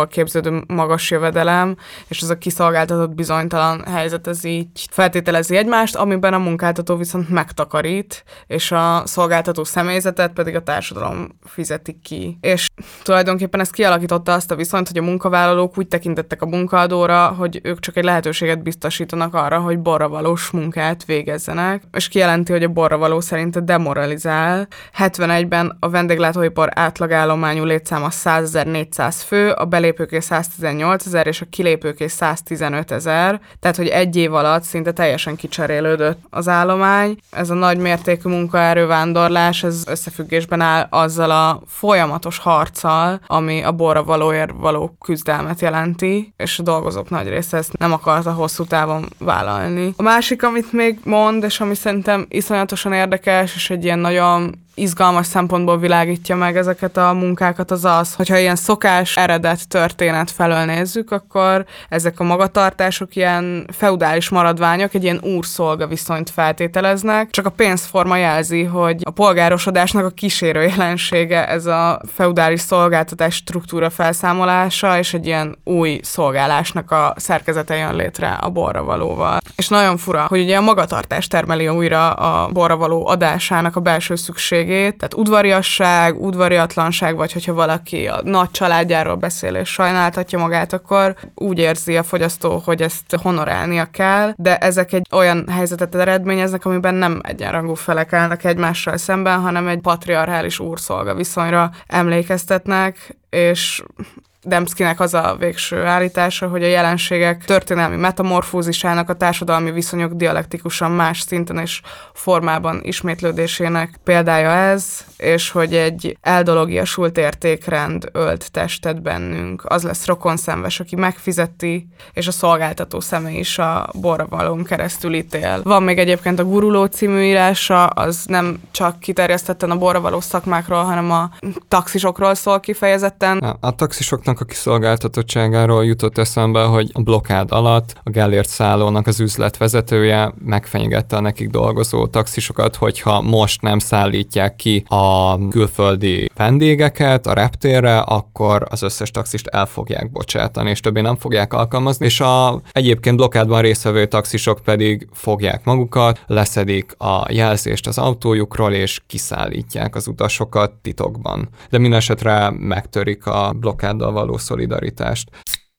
termelődő magas jövedelem, és ez a kiszolgáltatott bizonytalan helyzet, ez így feltételezi egymást, amiben a munkáltató viszont megtakarít, és a szolgáltató személyzetet pedig a társadalom fizeti ki. És tulajdonképpen ez kialakította azt a viszonyt, hogy a munkavállalók úgy tekintettek a munkaadóra, hogy ők csak egy lehetőséget biztosítanak arra, hogy borravalós munkát végezzenek, és kijelenti, hogy a borravaló szerinte demoralizál. 71-ben a vendéglátóipar átlagállományú létszáma 100.400 fő, a belépőké 118.000 és a kilépőké 115.000, tehát hogy egy év alatt szinte teljesen kicserélődött az állomány. Ez a nagy mértékű munkaerővándorlás, ez összefüggésben áll azzal a folyamatos harccal, ami a borravalóért való küzdelmet jelenti, és a dolgozók nagy része ezt nem akarta hosszú távon vállalni. A másik, amit még mond, és ami szerintem iszonyatosan érdekes, és egy ilyen nagyon izgalmas szempontból világítja meg ezeket a munkákat, az az, hogyha ilyen szokás eredet történet felől nézzük, akkor ezek a magatartások ilyen feudális maradványok, egy ilyen úr-szolga viszonyt feltételeznek, csak a pénzforma jelzi, hogy a polgárosodásnak a kísérő jelensége ez a feudális szolgáltatás struktúra felszámolása, és egy ilyen új szolgálásnak a szerkezete jön létre a borravalóval. És nagyon fura, hogy ugye a magatartás termeli újra a borravaló adásának a belső szükségét, tehát udvariasság, udvariatlanság, vagy hogyha valaki a nagy családjáról beszél és sajnáltatja magát, akkor úgy érzi a fogyasztó, hogy ezt honorálnia kell, de ezek egy olyan helyzetet eredményeznek, amiben nem egyenrangú felek állnak egymással szemben, hanem egy patriarchális úr-szolga viszonyra emlékeztetnek, és Dembskinek az a végső állítása, hogy a jelenségek történelmi metamorfózisának, a társadalmi viszonyok dialektikusan más szinten és formában ismétlődésének példája ez, és hogy egy eldologiasult értékrend ölt testet bennünk. Az lesz rokonszenves, aki megfizeti, és a szolgáltató személy is a borravalón keresztül ítél. Van még egyébként a Guruló című írása, az nem csak kiterjesztetten a borravaló szakmákról, hanem a taxisokról szól kifejezetten. A taxisoknak a kiszolgáltatottságáról jutott eszembe, hogy a blokkád alatt a Gellért szállónak az üzletvezetője megfenyegette a nekik dolgozó taxisokat, hogyha most nem szállítják ki a külföldi vendégeket a reptérre, akkor az összes taxist el fogják bocsátani, és többé nem fogják alkalmazni, és a egyébként blokkádban résztvevő taxisok pedig fogják magukat, leszedik a jelzést az autójukról, és kiszállítják az utasokat titokban. De minden esetre megtörik a blokkáddal való szolidaritást.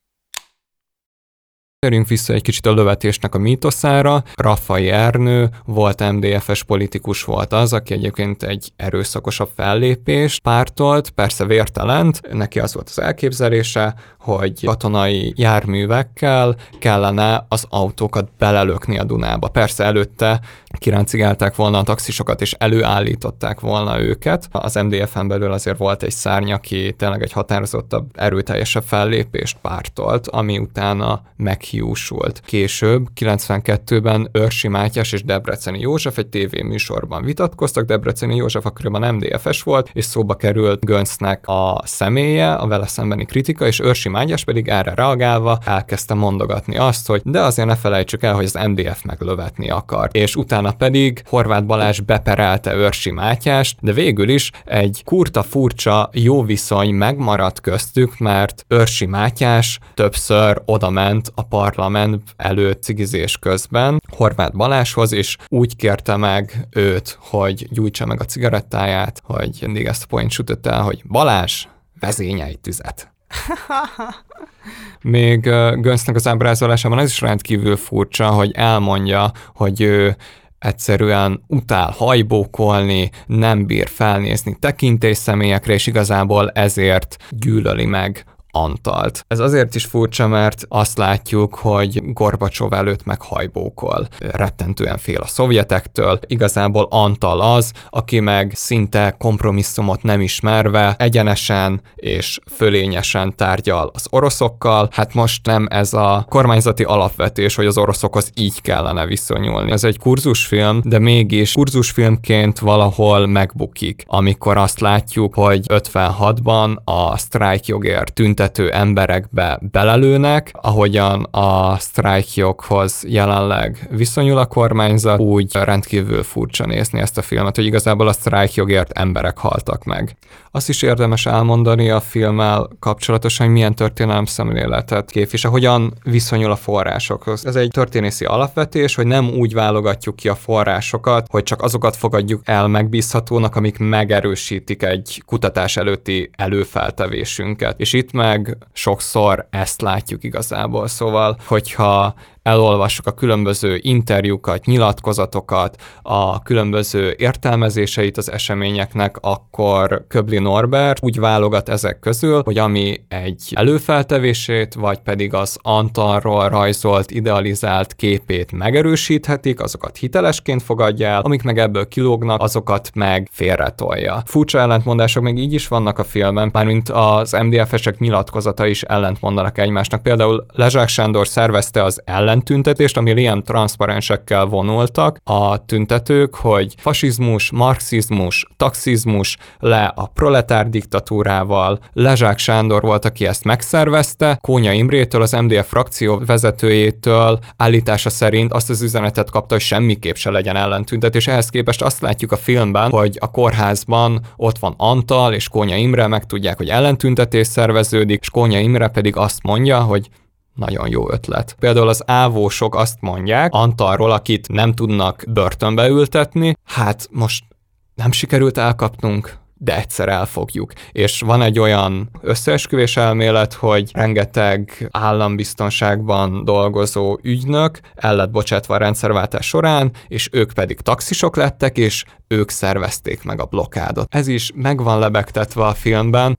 Térjünk vissza egy kicsit a lövetésnek a mítoszára. Raffai Ernő volt MDF-es politikus, volt az, aki egyébként egy erőszakosabb fellépést pártolt, persze vértelent, neki az volt az elképzelése, hogy katonai járművekkel kellene az autókat belelökni a Dunába. Persze előtte kiráncigálták volna a taxisokat, és előállították volna őket. Az MDF-en belül azért volt egy szárny, aki tényleg egy határozottabb, erőteljesebb fellépést pártolt, ami utána meghiúsult. Később, 92-ben Őrsi Mátyás és Debreceni József egy tévéműsorban vitatkoztak. Debreceni József akkoriban MDF-es volt, és szóba került Göncnek a személye, a vele szembeni kritika, és Őrsi Mátyás pedig erre reagálva elkezdte mondogatni azt, hogy de azért ne felejtsük el, hogy az MDF meglövetni akar. És utána pedig Horváth Balázs beperelte Őrsi Mátyást, de végül is egy kurta furcsa jó viszony megmaradt köztük, mert Őrsi Mátyás többször odament a parlament előtt cigizés közben Horváth Balázshoz, és úgy kérte meg őt, hogy gyújtsa meg a cigarettáját, hogy mindig ezt a point sütött el, hogy Balázs, vezényelj tüzet. Még Göncnek az ábrázolásában ez is rendkívül furcsa, hogy elmondja, hogy ő egyszerűen utál hajbókolni, nem bír felnézni tekintélyszemélyekre, és igazából ezért gyűlöli meg Antalt. Ez azért is furcsa, mert azt látjuk, hogy Gorbacsov előtt meg hajbókol. Rettentően fél a szovjetektől. Igazából Antal az, aki meg szinte kompromisszumot nem ismerve egyenesen és fölényesen tárgyal az oroszokkal. Hát most nem ez a kormányzati alapvetés, hogy az oroszokhoz így kellene viszonyulni. Ez egy kurzusfilm, de mégis kurzusfilmként valahol megbukik, amikor azt látjuk, hogy 56-ban a sztrájkjogért tüntetők tüntető emberekbe belelőnek, ahogyan a sztrájkjoghoz jelenleg viszonyul a kormányzat, úgy rendkívül furcsa nézni ezt a filmet, hogy igazából a sztrájkjogért emberek haltak meg. Azt is érdemes elmondani a filmmel kapcsolatosan, hogy milyen történelemszemléletet képvisel, hogyan viszonyul a forrásokhoz. Ez egy történészi alapvetés, hogy nem úgy válogatjuk ki a forrásokat, hogy csak azokat fogadjuk el megbízhatónak, amik megerősítik egy kutatás előtti előfeltevésünket. És itt meg sokszor ezt látjuk igazából. Szóval, hogyha elolvassuk a különböző interjúkat, nyilatkozatokat, a különböző értelmezéseit az eseményeknek, akkor Köbli Norbert úgy válogat ezek közül, hogy ami egy előfeltevését, vagy pedig az Antalról rajzolt, idealizált képét megerősíthetik, azokat hitelesként fogadja el, amik meg ebből kilógnak, azokat meg félretolja. Furcsa ellentmondások még így is vannak a filmben, mármint az MDF-esek nyilatkozata is ellentmondanak egymásnak. Például Lezsák Sándor szervezte az ellentüntetést, ami ilyen transzparensekkel vonultak a tüntetők, hogy fasizmus, marxizmus, taxizmus le a proletár diktatúrával. Lezsák Sándor volt, aki ezt megszervezte, Kónya Imrétől, az MDF frakció vezetőjétől állítása szerint azt az üzenetet kapta, hogy semmiképp se legyen ellentüntetés. Ehhez képest azt látjuk a filmben, hogy a kórházban ott van Antal és Kónya Imre, megtudják, hogy ellentüntetés szerveződik, és Kónya Imre pedig azt mondja, hogy nagyon jó ötlet. Például az ávósok azt mondják Antalról, akit nem tudnak börtönbe ültetni, hát most nem sikerült elkapnunk, de egyszer elfogjuk. És van egy olyan összeesküvés elmélet, hogy rengeteg állambiztonságban dolgozó ügynök el lett bocsátva a rendszerváltás során, és ők pedig taxisok lettek, és ők szervezték meg a blokkádot. Ez is meg van lebegtetve a filmben.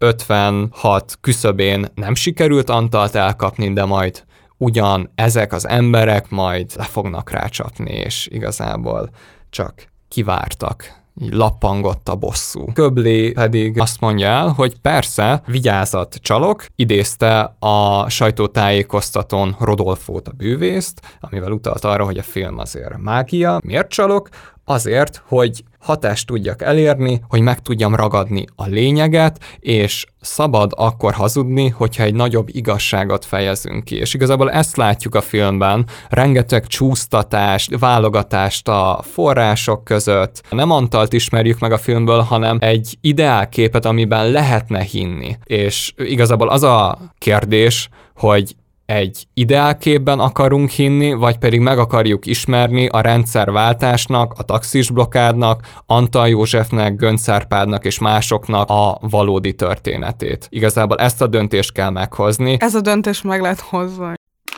56 küszöbén nem sikerült Antalt elkapni, de majd ugyan ezek az emberek majd le fognak rácsapni, és igazából csak kivártak. Így lappangott a bosszú. Köbli pedig azt mondja el, hogy persze, vigyázat csalok, idézte a sajtótájékoztatón Rodolfót, a bűvészt, amivel utalt arra, hogy a film azért mágia. Miért csalok? Azért, hogy hatást tudjak elérni, hogy meg tudjam ragadni a lényeget, és szabad akkor hazudni, hogyha egy nagyobb igazságot fejezünk ki. És igazából ezt látjuk a filmben, rengeteg csúsztatást, válogatást a források között. Nem Antalt ismerjük meg a filmből, hanem egy ideálképet, amiben lehetne hinni. És igazából az a kérdés, hogy egy ideálképben akarunk hinni, vagy pedig meg akarjuk ismerni a rendszerváltásnak, a taxisblokkádnak, Antal Józsefnek, Göncz Árpádnak és másoknak a valódi történetét. Igazából ezt a döntést kell meghozni. Ez a döntés meg lehet hozni.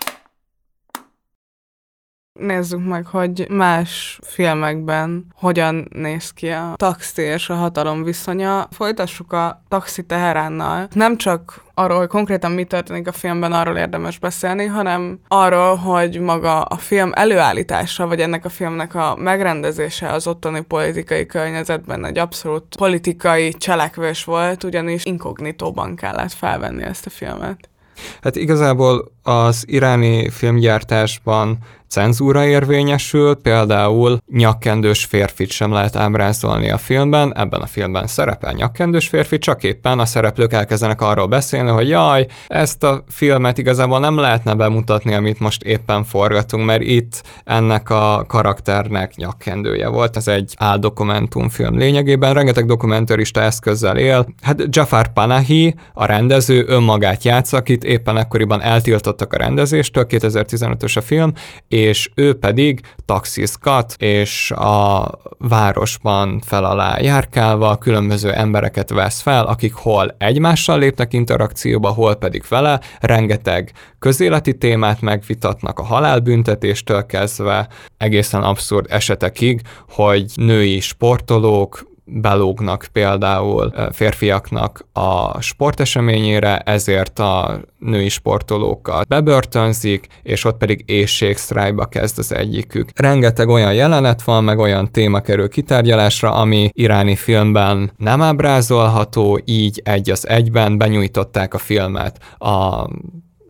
Nézzük meg, hogy más filmekben hogyan néz ki a taxi és a hatalom viszonya. Folytassuk a Taxi Teheránnal. Nem csak arról, hogy konkrétan mi történik a filmben, arról érdemes beszélni, hanem arról, hogy maga a film előállítása, vagy ennek a filmnek a megrendezése az ottani politikai környezetben egy abszolút politikai cselekvés volt, ugyanis inkognitóban kellett felvenni ezt a filmet. Hát igazából az iráni filmgyártásban cenzúra érvényesült, például nyakkendős férfit sem lehet ábrázolni a filmben, ebben a filmben szerepel nyakkendős férfi, csak éppen a szereplők elkezdenek arról beszélni, hogy jaj, ezt a filmet igazából nem lehetne bemutatni, amit most éppen forgatunk, mert itt ennek a karakternek nyakkendője volt. Ez egy áldokumentumfilm lényegében, rengeteg dokumentarista eszközzel él. Hát Jafar Panahi, a rendező, önmagát játsza, akit éppen ekkoriban eltiltottak a rendezéstől, 2015-ös a film, és ő pedig taxizgat, és a városban fel alá járkálva különböző embereket vesz fel, akik hol egymással lépnek interakcióba, hol pedig vele, rengeteg közéleti témát megvitatnak, a halálbüntetéstől kezdve egészen abszurd esetekig, hogy női sportolók belógnak például férfiaknak a sporteseményére, ezért a női sportolókat bebörtönzik, és ott pedig éhségsztrájkba kezd az egyikük. Rengeteg olyan jelenet van, meg olyan téma kerül kitárgyalásra, ami iráni filmben nem ábrázolható, így egy az egyben benyújtották a filmet a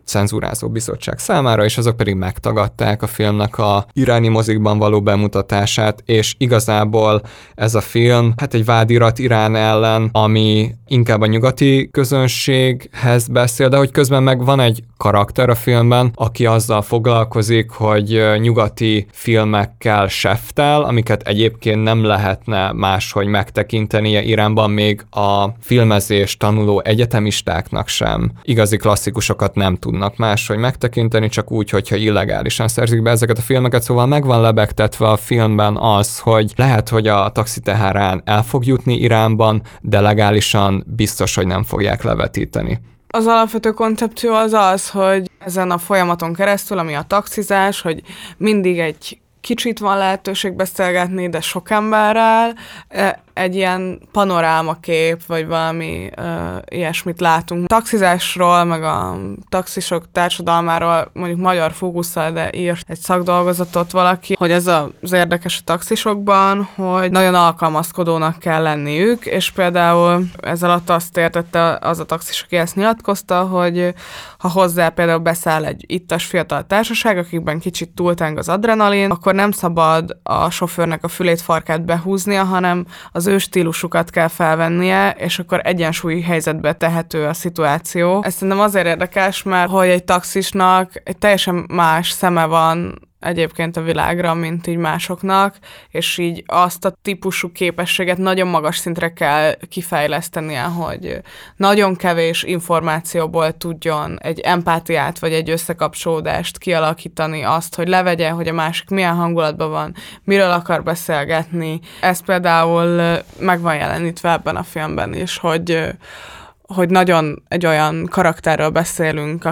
cenzúrázó bizottság számára, és azok pedig megtagadták a filmnek a iráni mozikban való bemutatását, és igazából ez a film hát egy vádirat Irán ellen, ami inkább a nyugati közönséghez beszél, de hogy közben meg van egy karakter a filmben, aki azzal foglalkozik, hogy nyugati filmekkel seftel, amiket egyébként nem lehetne máshogy megtekintenie Iránban, még a filmezés tanuló egyetemistáknak sem. Igazi klasszikusokat nem tudnak máshogy megtekinteni, csak úgy, hogyha illegálisan szerzik be ezeket a filmeket, szóval meg van lebegtetve a filmben az, hogy lehet, hogy a Taxi Teherán el fog jutni Iránban, de legálisan biztos, hogy nem fogják levetíteni. Az alapvető koncepció az, hogy ezen a folyamaton keresztül, ami a taxizás, hogy mindig egy kicsit van lehetőség beszélgetni, de sok emberrel, egy ilyen panorámakép, vagy valami ilyesmit látunk. Taxizásról, meg a taxisok társadalmáról mondjuk magyar fókusszal, de írt egy szakdolgozatot valaki, hogy ez az érdekes a taxisokban, hogy nagyon alkalmazkodónak kell lenniük, és például ez alatt azt értette az a taxis, aki ezt nyilatkozta, hogy ha hozzá például beszáll egy ittas fiatal társaság, akikben kicsit túlteng az adrenalin, akkor nem szabad a sofőrnek a fülét, farkát behúznia, hanem az ő stílusukat kell felvennie, és akkor egyensúlyi helyzetbe tehető a szituáció. Ez szerintem azért érdekes, mert hogy egy taxisnak egy teljesen más szeme van egyébként a világra, mint így másoknak, és így azt a típusú képességet nagyon magas szintre kell kifejlesztenie, hogy nagyon kevés információból tudjon egy empátiát, vagy egy összekapcsolódást kialakítani, azt, hogy levegye, hogy a másik milyen hangulatban van, miről akar beszélgetni. Ez például meg van jelenítve ebben a filmben is, hogy nagyon egy olyan karakterről beszélünk,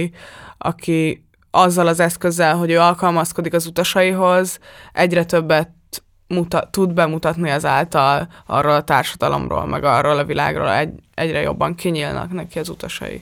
aki azzal az eszközzel, hogy ő alkalmazkodik az utasaihoz, egyre többet tud bemutatni ezáltal arról a társadalomról, meg arról a világról, egyre jobban kinyílnak neki az utasai.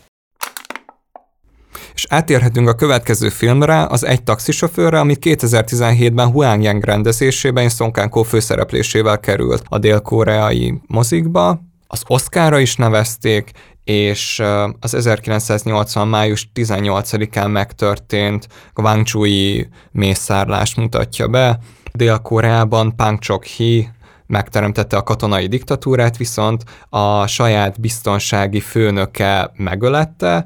És átérhetünk a következő filmre, az Egy taxisofőrre, amit 2017-ben Huang Yang rendezésében és Song Kang-ho főszereplésével került a dél-koreai mozikba. Az Oscarra is nevezték, és az 1980. május 18-án megtörtént Gwangju-i mészárlást mutatja be. Dél-Koreában Pang Chok-hee megteremtette a katonai diktatúrát, viszont a saját biztonsági főnöke megölette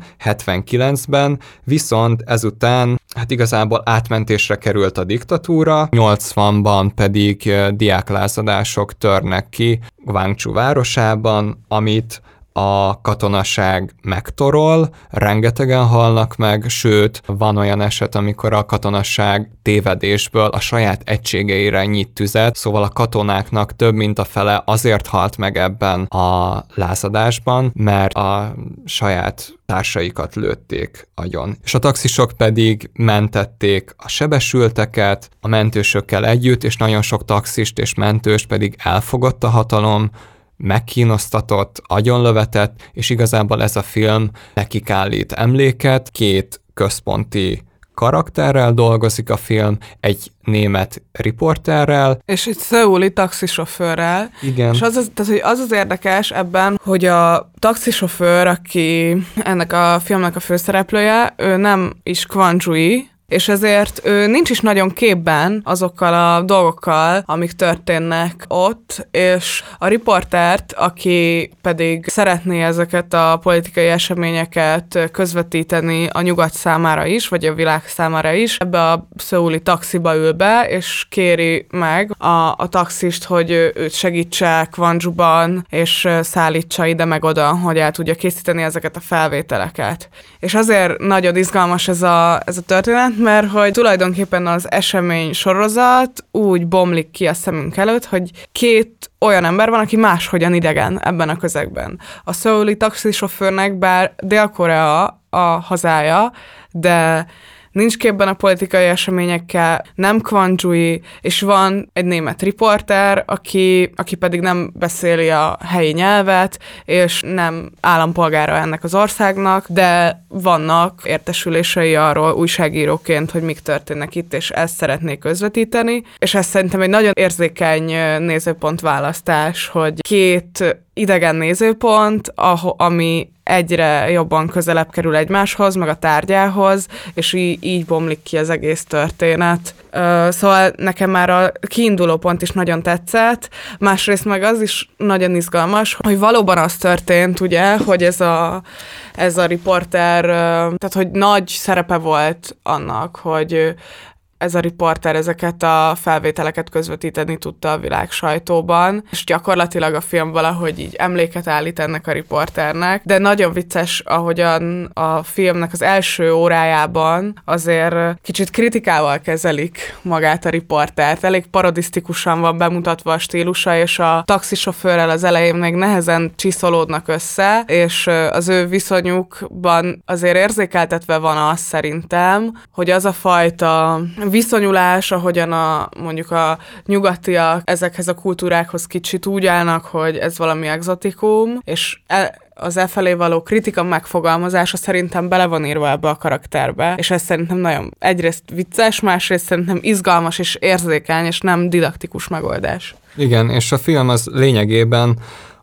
79-ben, viszont ezután hát igazából átmentésre került a diktatúra, 80-ban pedig diáklázadások törnek ki Gwangju városában, amit a katonaság megtorol, rengetegen halnak meg, sőt, van olyan eset, amikor a katonaság tévedésből a saját egységeire nyit tüzet, szóval a katonáknak több mint a fele azért halt meg ebben a lázadásban, mert a saját társaikat lőtték agyon. És a taxisok pedig mentették a sebesülteket, a mentősökkel együtt, és nagyon sok taxist és mentős pedig elfogott a hatalom, megkínoztatott, agyonlövetett, és igazából ez a film nekik állít emléket, két központi karakterrel dolgozik a film, egy német riporterrel. És egy szöuli taxisofőrrel. Igen. És az az érdekes ebben, hogy a taxisofőr, aki ennek a filmnek a főszereplője, ő nem is Gwangju-i, és ezért ő nincs is nagyon képben azokkal a dolgokkal, amik történnek ott, és a riportert, aki pedig szeretné ezeket a politikai eseményeket közvetíteni a nyugat számára is, vagy a világ számára is, ebbe a szöuli taxiba ül be, és kéri meg a taxist, hogy őt segítse Gwangjuban, és szállítsa ide meg oda, hogy el tudja készíteni ezeket a felvételeket. És azért nagyon izgalmas ez a történet, mert hogy tulajdonképpen az esemény sorozat úgy bomlik ki a szemünk előtt, hogy két olyan ember van, aki máshogyan idegen ebben a közegben. A szöuli taxisofőrnek bár Dél-Korea a hazája, de nincs képben a politikai eseményekkel, nem Gwangju-i, és van egy német riporter, aki pedig nem beszéli a helyi nyelvet, és nem állampolgára ennek az országnak, de vannak értesülései arról újságíróként, hogy mik történnek itt, és ezt szeretnék közvetíteni, és ez szerintem egy nagyon érzékeny nézőpontválasztás, hogy két idegen nézőpont, ami egyre jobban közelebb kerül egymáshoz, meg a tárgyához, és így bomlik ki az egész történet. Szóval nekem már a kiinduló pont is nagyon tetszett, másrészt meg az is nagyon izgalmas, hogy valóban az történt, ugye, hogy ez a riporter, tehát hogy nagy szerepe volt annak, hogy ez a riporter ezeket a felvételeket közvetíteni tudta a világ sajtóban, és gyakorlatilag a film valahogy így emléket állít ennek a riporternek, de nagyon vicces, ahogyan a filmnek az első órájában azért kicsit kritikával kezelik magát a riportert, elég parodisztikusan van bemutatva a stílusa, és a taxisofőrrel az elején még nehezen csiszolódnak össze, és az ő viszonyukban azért érzékeltetve van az szerintem, hogy az a fajta viszonyulás, ahogyan mondjuk a nyugatiak ezekhez a kultúrákhoz kicsit úgy állnak, hogy ez valami egzotikum, és az felé való kritika megfogalmazása szerintem bele van írva ebbe a karakterbe, és ez szerintem nagyon egyrészt vicces, másrészt szerintem izgalmas és érzékeny, és nem didaktikus megoldás. Igen, és a film az lényegében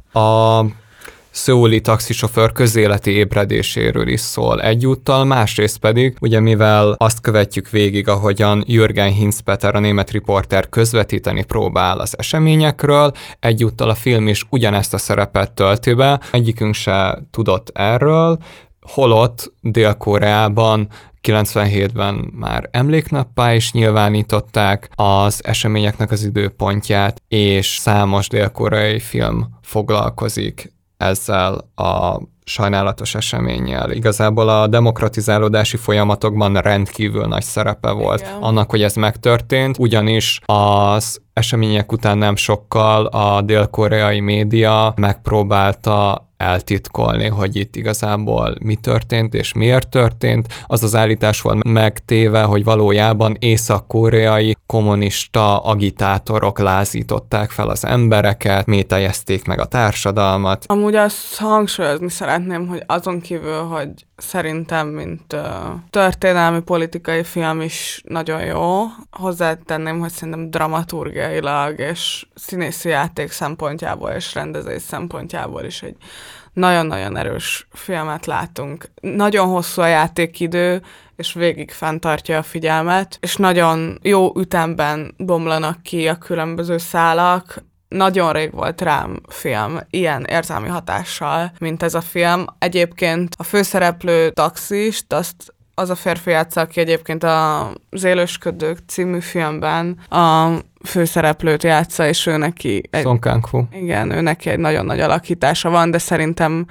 a szöuli taxisofőr közéleti ébredéséről is szól egyúttal, másrészt pedig, ugye mivel azt követjük végig, ahogyan Jürgen Hinzpeter, a német riporter közvetíteni próbál az eseményekről, egyúttal a film is ugyanezt a szerepet tölti be, egyikünk se tudott erről, holott Dél-Koreában 97-ben már emléknappá is nyilvánították az eseményeknek az időpontját, és számos dél-koreai film foglalkozik ezzel a sajnálatos eseménnyel. Igazából a demokratizálódási folyamatokban rendkívül nagy szerepe volt annak, hogy ez megtörtént, ugyanis az események után nem sokkal a dél-koreai média megpróbálta eltitkolni, hogy itt igazából mi történt és miért történt. Az az állítás volt megtéve, hogy valójában észak-koreai kommunista agitátorok lázították fel az embereket, mételyezték meg a társadalmat. Amúgy azt hangsúlyozni szeretném, hogy azon kívül, hogy szerintem, mint történelmi politikai film is nagyon jó, hozzátenném, hogy szerintem dramaturgiailag és színészi játék szempontjából és rendezés szempontjából is egy nagyon-nagyon erős filmet látunk. Nagyon hosszú a játékidő, és végig fenntartja a figyelmet, és nagyon jó ütemben bomlanak ki a különböző szálak. Nagyon rég volt rám film ilyen érzelmi hatással, mint ez a film. Egyébként a főszereplő taxist, az a férfi játsza, aki egyébként az Élősködők című filmben a főszereplőt játsza, és ő neki Song Kang-fu. Igen, ő neki egy nagyon nagy alakítása van, de szerintem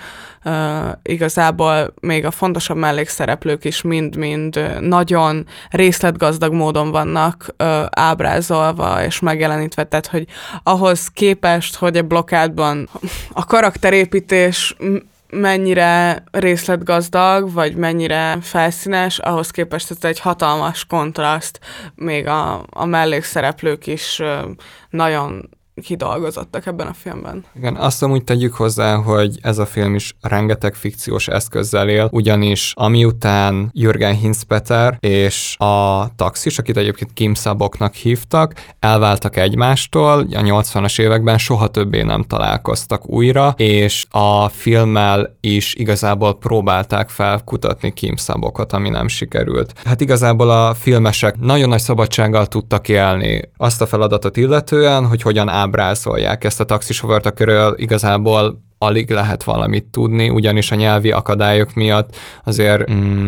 igazából még a fontosabb mellékszereplők is mind-mind nagyon részletgazdag módon vannak ábrázolva és megjelenítve, tehát hogy ahhoz képest, hogy a blokkádban a karakterépítés mennyire részletgazdag, vagy mennyire felszínes, ahhoz képest ez egy hatalmas kontraszt, még a mellékszereplők is nagyon kidolgozottak ebben a filmben. Igen, azt amúgy tegyük hozzá, hogy ez a film is rengeteg fikciós eszközzel él, ugyanis amiután Jürgen Hinzpeter és a taxis, akit egyébként Kim Saboknak hívtak, elváltak egymástól, a 80-as években soha többé nem találkoztak újra, és a filmmel is igazából próbálták felkutatni Kim Sabokot, ami nem sikerült. Hát igazából a filmesek nagyon nagy szabadsággal tudtak élni azt a feladatot illetően, hogy hogyan ábrázolják ezt a taxisofőrt, akiről igazából alig lehet valamit tudni, ugyanis a nyelvi akadályok miatt azért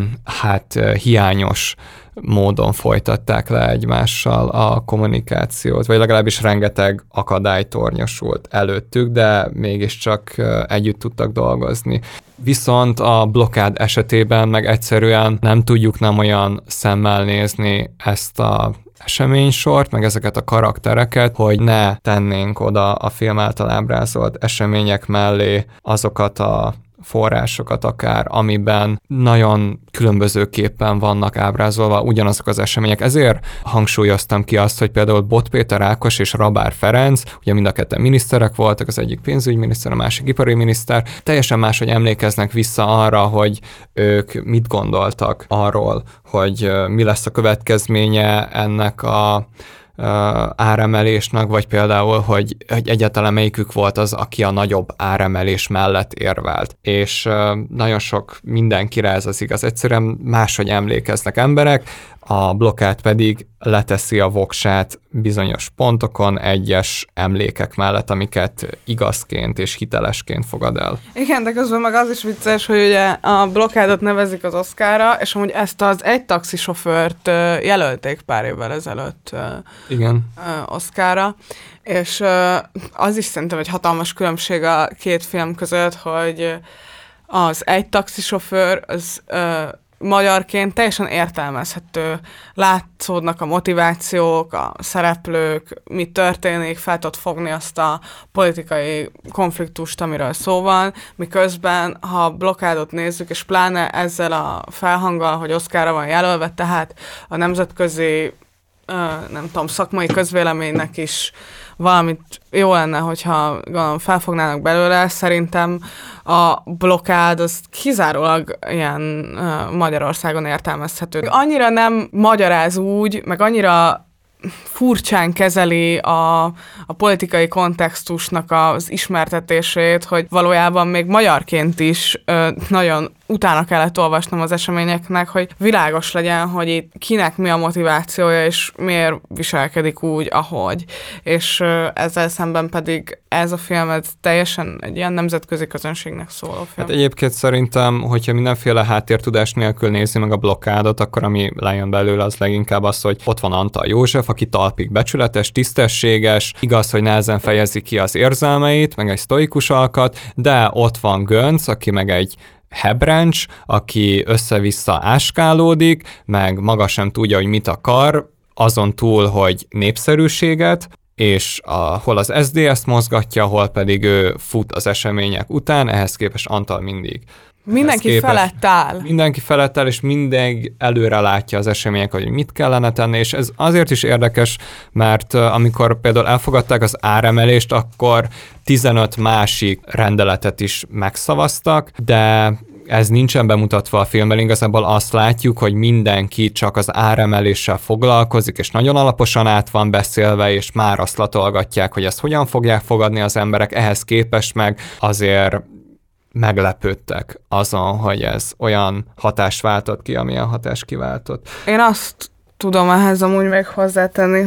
hiányos módon folytatták le egymással a kommunikációt, vagy legalábbis rengeteg akadály tornyosult előttük, de mégiscsak együtt tudtak dolgozni. Viszont a blokkád esetében meg egyszerűen nem tudjuk nem olyan szemmel nézni ezt a eseménysort, meg ezeket a karaktereket, hogy ne tennénk oda a film által ábrázolt események mellé azokat a forrásokat akár, amiben nagyon különbözőképpen vannak ábrázolva ugyanazok az események. Ezért hangsúlyoztam ki azt, hogy például Bot Péter Ákos és Rabár Ferenc, ugye mind a ketten miniszterek voltak, az egyik pénzügyminiszter, a másik ipari miniszter, teljesen máshogy emlékeznek vissza arra, hogy ők mit gondoltak arról, hogy mi lesz a következménye ennek a áremelésnek, vagy például, hogy egyáltalán melyikük volt az, aki a nagyobb áremelés mellett érvelt. És nagyon sok mindenkire ez az igaz. Egyszerűen máshogy emlékeznek emberek, a blokkád pedig leteszi a voksát bizonyos pontokon egyes emlékek mellett, amiket igazként és hitelesként fogad el. Igen, de közben meg az is vicces, hogy ugye a blokkádot nevezik az Oscarra, és amúgy ezt az egy taxisofőrt jelölték pár évvel ezelőtt Igen. Oscarra, és az is szerintem egy hatalmas különbség a két film között, hogy az egy taxisofőr az magyarként teljesen értelmezhető, látszódnak a motivációk, a szereplők, mi történik, fel tudod fogni azt a politikai konfliktust, amiről szó van, miközben, ha a blokkádot nézzük, és pláne ezzel a felhanggal, hogy Oscarra van jelölve, tehát a nemzetközi, nem tudom, szakmai közvéleménynek is valamit jó lenne, hogyha felfognának belőle. Szerintem a blokkád az kizárólag ilyen Magyarországon értelmezhető. Annyira nem magyaráz úgy, meg annyira furcsán kezeli a politikai kontextusnak az ismertetését, hogy valójában még magyarként is nagyon utána kellett olvasnom az eseményeknek, hogy világos legyen, hogy itt kinek mi a motivációja, és miért viselkedik úgy, ahogy. És ezzel szemben pedig ez a film ez teljesen egy ilyen nemzetközi közönségnek szóló film. Hát egyébként szerintem, hogyha mindenféle háttértudás nélkül nézi meg a blokkádot, akkor ami lejön belőle, az leginkább az, hogy ott van Antal József, aki talpig becsületes, tisztességes, igaz, hogy nehezen fejezi ki az érzelmeit, meg egy sztoikus alkat, de ott van Gönc, aki meg egy hebrencs, aki össze-vissza áskálódik, meg maga sem tudja, hogy mit akar, azon túl, hogy népszerűséget, és hol az SZDSZ-t mozgatja, hol pedig ő fut az események után, ehhez képest Antal mindig. Mindenki felett áll. Mindenki felett áll, és mindig előre látja az eseményeket, hogy mit kellene tenni, és ez azért is érdekes, mert amikor például elfogadták az áremelést, akkor 15 másik rendeletet is megszavaztak, de ez nincsen bemutatva a filmben, igazából azt látjuk, hogy mindenki csak az áremeléssel foglalkozik, és nagyon alaposan át van beszélve, és már azt latolgatják, hogy ezt hogyan fogják fogadni az emberek, ehhez képest meg azért meglepődtek azon, hogy ez olyan hatást váltott ki, amilyen hatást kiváltott. Én azt tudom ehhez amúgy még hozzátenni,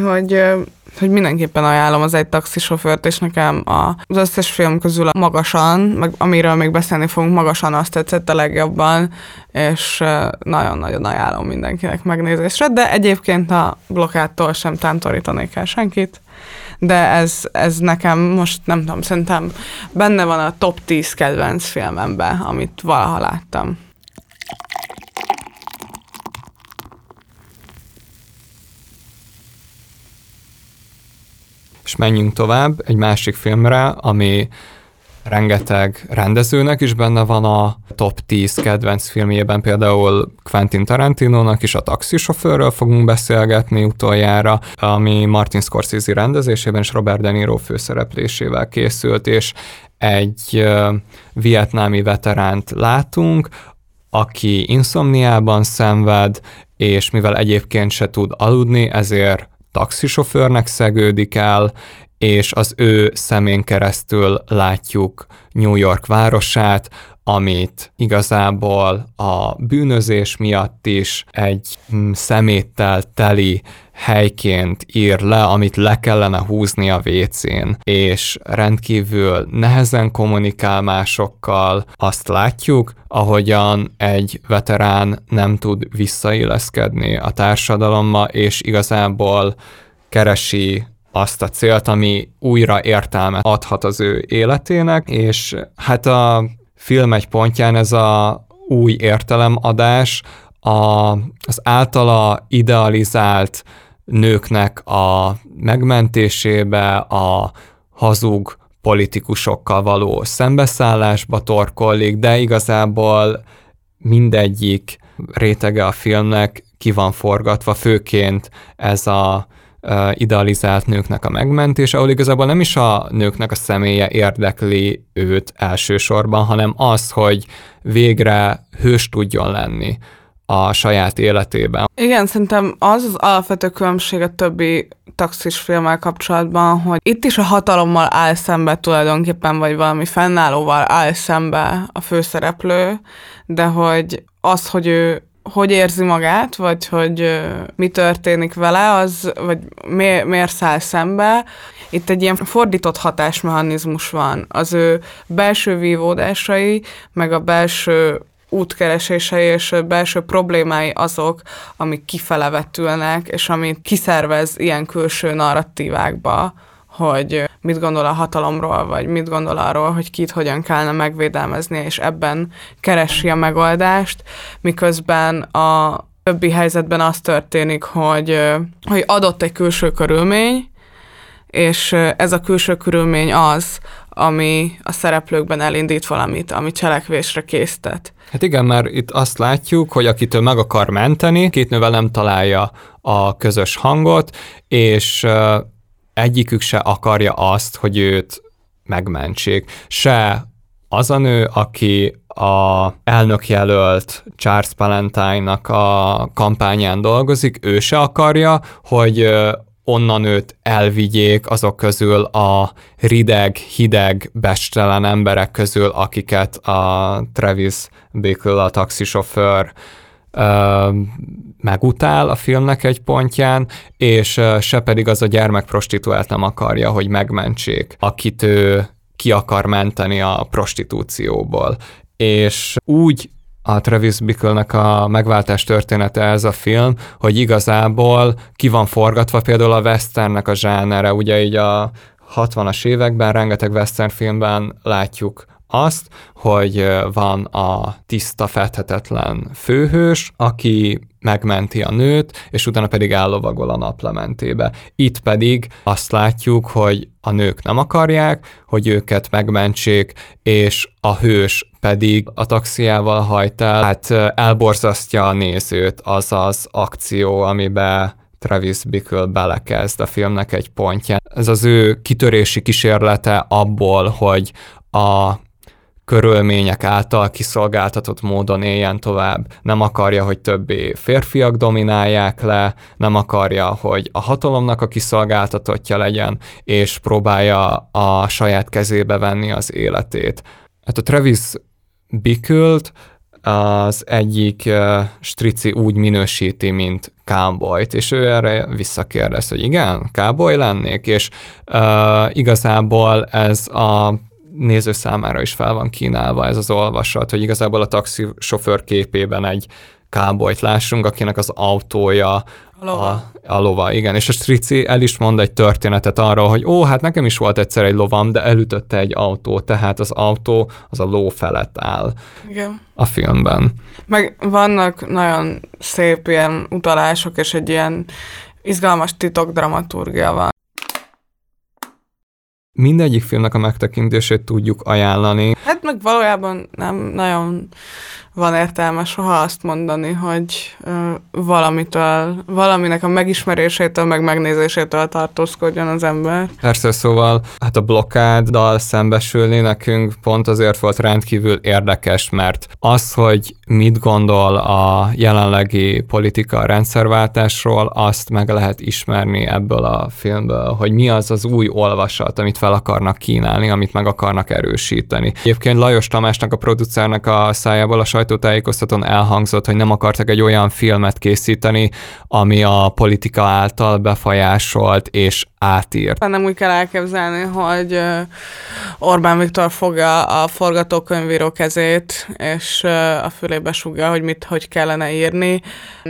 hogy mindenképpen ajánlom az egy taxisofőrt, és nekem az összes film közül magasan, meg amiről még beszélni fogunk, magasan azt tetszett a legjobban, és nagyon-nagyon ajánlom mindenkinek megnézésre, de egyébként a blokkádtól sem tántorítanék el senkit, de ez nekem most nem tudom, szerintem benne van a top 10 kedvenc filmemben, amit valaha láttam. És menjünk tovább egy másik filmre, ami rengeteg rendezőnek is benne van a top 10 kedvenc filmjében, például Quentin Tarantinónak is a Taxisofőrről fogunk beszélgetni utoljára, ami Martin Scorsese rendezésében és Robert De Niro főszereplésével készült, és egy vietnámi veteránt látunk, aki inszomniában szenved, és mivel egyébként se tud aludni, ezért taxisofőrnek szegődik el, és az ő szemén keresztül látjuk New York városát, amit igazából a bűnözés miatt is egy szeméttel teli helyként ír le, amit le kellene húzni a WC-n, és rendkívül nehezen kommunikál másokkal. Azt látjuk, ahogyan egy veterán nem tud visszailleszkedni a társadalomba, és igazából keresi azt a célt, ami újra értelmet adhat az ő életének, és hát a film egy pontján ez a új értelemadás az általa idealizált nőknek a megmentésébe, a hazug politikusokkal való szembeszállásba torkollik, de igazából mindegyik rétege a filmnek ki van forgatva, főként ez a idealizált nőknek a megmentés, ahol igazából nem is a nőknek a személye érdekli őt elsősorban, hanem az, hogy végre hős tudjon lenni a saját életében. Igen, szerintem az alapvető különbség a többi taxis filmmel kapcsolatban, hogy itt is a hatalommal áll szembe tulajdonképpen, vagy valami fennállóval áll szembe a főszereplő, de hogy az, hogy ő hogy érzi magát, vagy hogy mi történik vele, az, vagy miért száll szembe. Itt egy ilyen fordított hatásmechanizmus van. Az ő belső vívódásai, meg a belső útkeresései és a belső problémái azok, amik kifele vetülnek, és amit kiszervez ilyen külső narratívákba, hogy mit gondol a hatalomról, vagy mit gondol arról, hogy kit hogyan kellene megvédelmezni, és ebben keresi a megoldást, miközben a többi helyzetben az történik, hogy adott egy külső körülmény, és ez a külső körülmény az, ami a szereplőkben elindít valamit, ami cselekvésre késztet. Hát igen, mert itt azt látjuk, hogy akitől meg akar menteni, két nővel nem találja a közös hangot, és egyikük se akarja azt, hogy őt megmentsék. Se az a nő, aki a elnökjelölt Charles Palantine-nak a kampányán dolgozik, ő se akarja, hogy onnan őt elvigyék azok közül a rideg, hideg, becstelen emberek közül, akiket a Travis Bickle, a taxisofőr megutál a filmnek egy pontján, és se pedig az a gyermekprostituált nem akarja, hogy megmentsék, akit ő ki akar menteni a prostitúcióból. És úgy a Travis Bickle-nek a megváltás története ez a film, hogy igazából ki van forgatva például a westernnek a zsánere, ugye így a 60-as években rengeteg western filmben látjuk azt, hogy van a tiszta, fedhetetlen főhős, aki megmenti a nőt, és utána pedig ellovagol a naplementébe. Itt pedig azt látjuk, hogy a nők nem akarják, hogy őket megmentsék, és a hős pedig a taxiával hajt el, hát elborzasztja a nézőt az az akció, amiben Travis Bickle belekezd a filmnek egy pontján. Ez az ő kitörési kísérlete abból, hogy a körülmények által kiszolgáltatott módon éljen tovább. Nem akarja, hogy többé férfiak dominálják le, nem akarja, hogy a hatalomnak a kiszolgáltatottja legyen, és próbálja a saját kezébe venni az életét. Hát a Travis Bickle-t az egyik strici úgy minősíti, mint cowboyt, és ő erre visszakérdez, hogy igen, cowboy lennék, és igazából ez a néző számára is fel van kínálva ez az olvasat, hogy igazából a taxisofőr képében egy cowboyt lássunk, akinek az autója a lova, igen. És a strici el is mond egy történetet arról, hogy hát nekem is volt egyszer egy lovam, de elütötte egy autó, tehát az autó az a ló felett áll. Igen. A filmben. Meg vannak nagyon szép ilyen utalások, és egy ilyen izgalmas titokdramaturgia van. Mindegyik filmnek a megtekintését tudjuk ajánlani. Hát meg valójában nem nagyon van értelme soha azt mondani, hogy valaminek a megismerésétől, meg megnézésétől tartózkodjon az ember. Persze, szóval hát a blokkáddal szembesülni nekünk pont azért volt rendkívül érdekes, mert az, hogy mit gondol a jelenlegi politika rendszerváltásról, azt meg lehet ismerni ebből a filmből, hogy mi az az új olvasat, amit fel akarnak kínálni, amit meg akarnak erősíteni. Egyébként Lajos Tamásnak, a producernek a szájából a sajtótájékoztatón elhangzott, hogy nem akartak egy olyan filmet készíteni, ami a politika által befolyásolt és átírt. Nem úgy kell elképzelni, hogy Orbán Viktor fogja a forgatókönyvíró kezét, és a fülébe sugja, hogy kellene írni.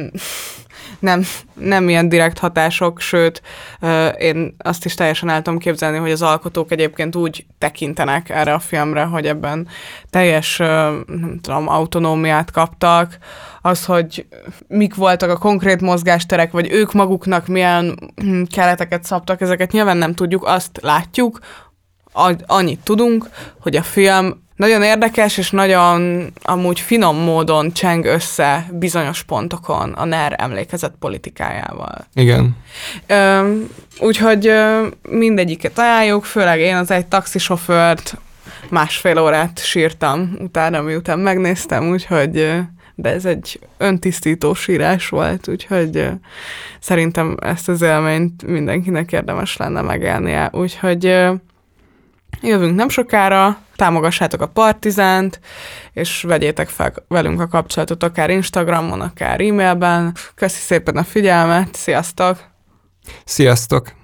Nem ilyen direkt hatások, sőt, én azt is teljesen el tudom képzelni, hogy az alkotók egyébként úgy tekintenek erre a filmre, hogy ebben teljes, nem tudom, autonómiát kaptak. Az, hogy mik voltak a konkrét mozgásterek, vagy ők maguknak milyen kereteket szabtak, ezeket nyilván nem tudjuk, azt látjuk, annyit tudunk, hogy a film nagyon érdekes, és nagyon amúgy finom módon cseng össze bizonyos pontokon a NER emlékezet politikájával. Igen. Úgyhogy mindegyiket ajánljuk, főleg én az egy taxisofőrt 1,5 órát sírtam utána, miután megnéztem, úgyhogy de ez egy öntisztítós írás volt, úgyhogy szerintem ezt az élményt mindenkinek érdemes lenne megélnie. Úgyhogy jövünk nem sokára, támogassátok a Partizánt, és vegyétek fel velünk a kapcsolatot akár Instagramon, akár e-mailben. Köszi szépen a figyelmet, sziasztok! Sziasztok!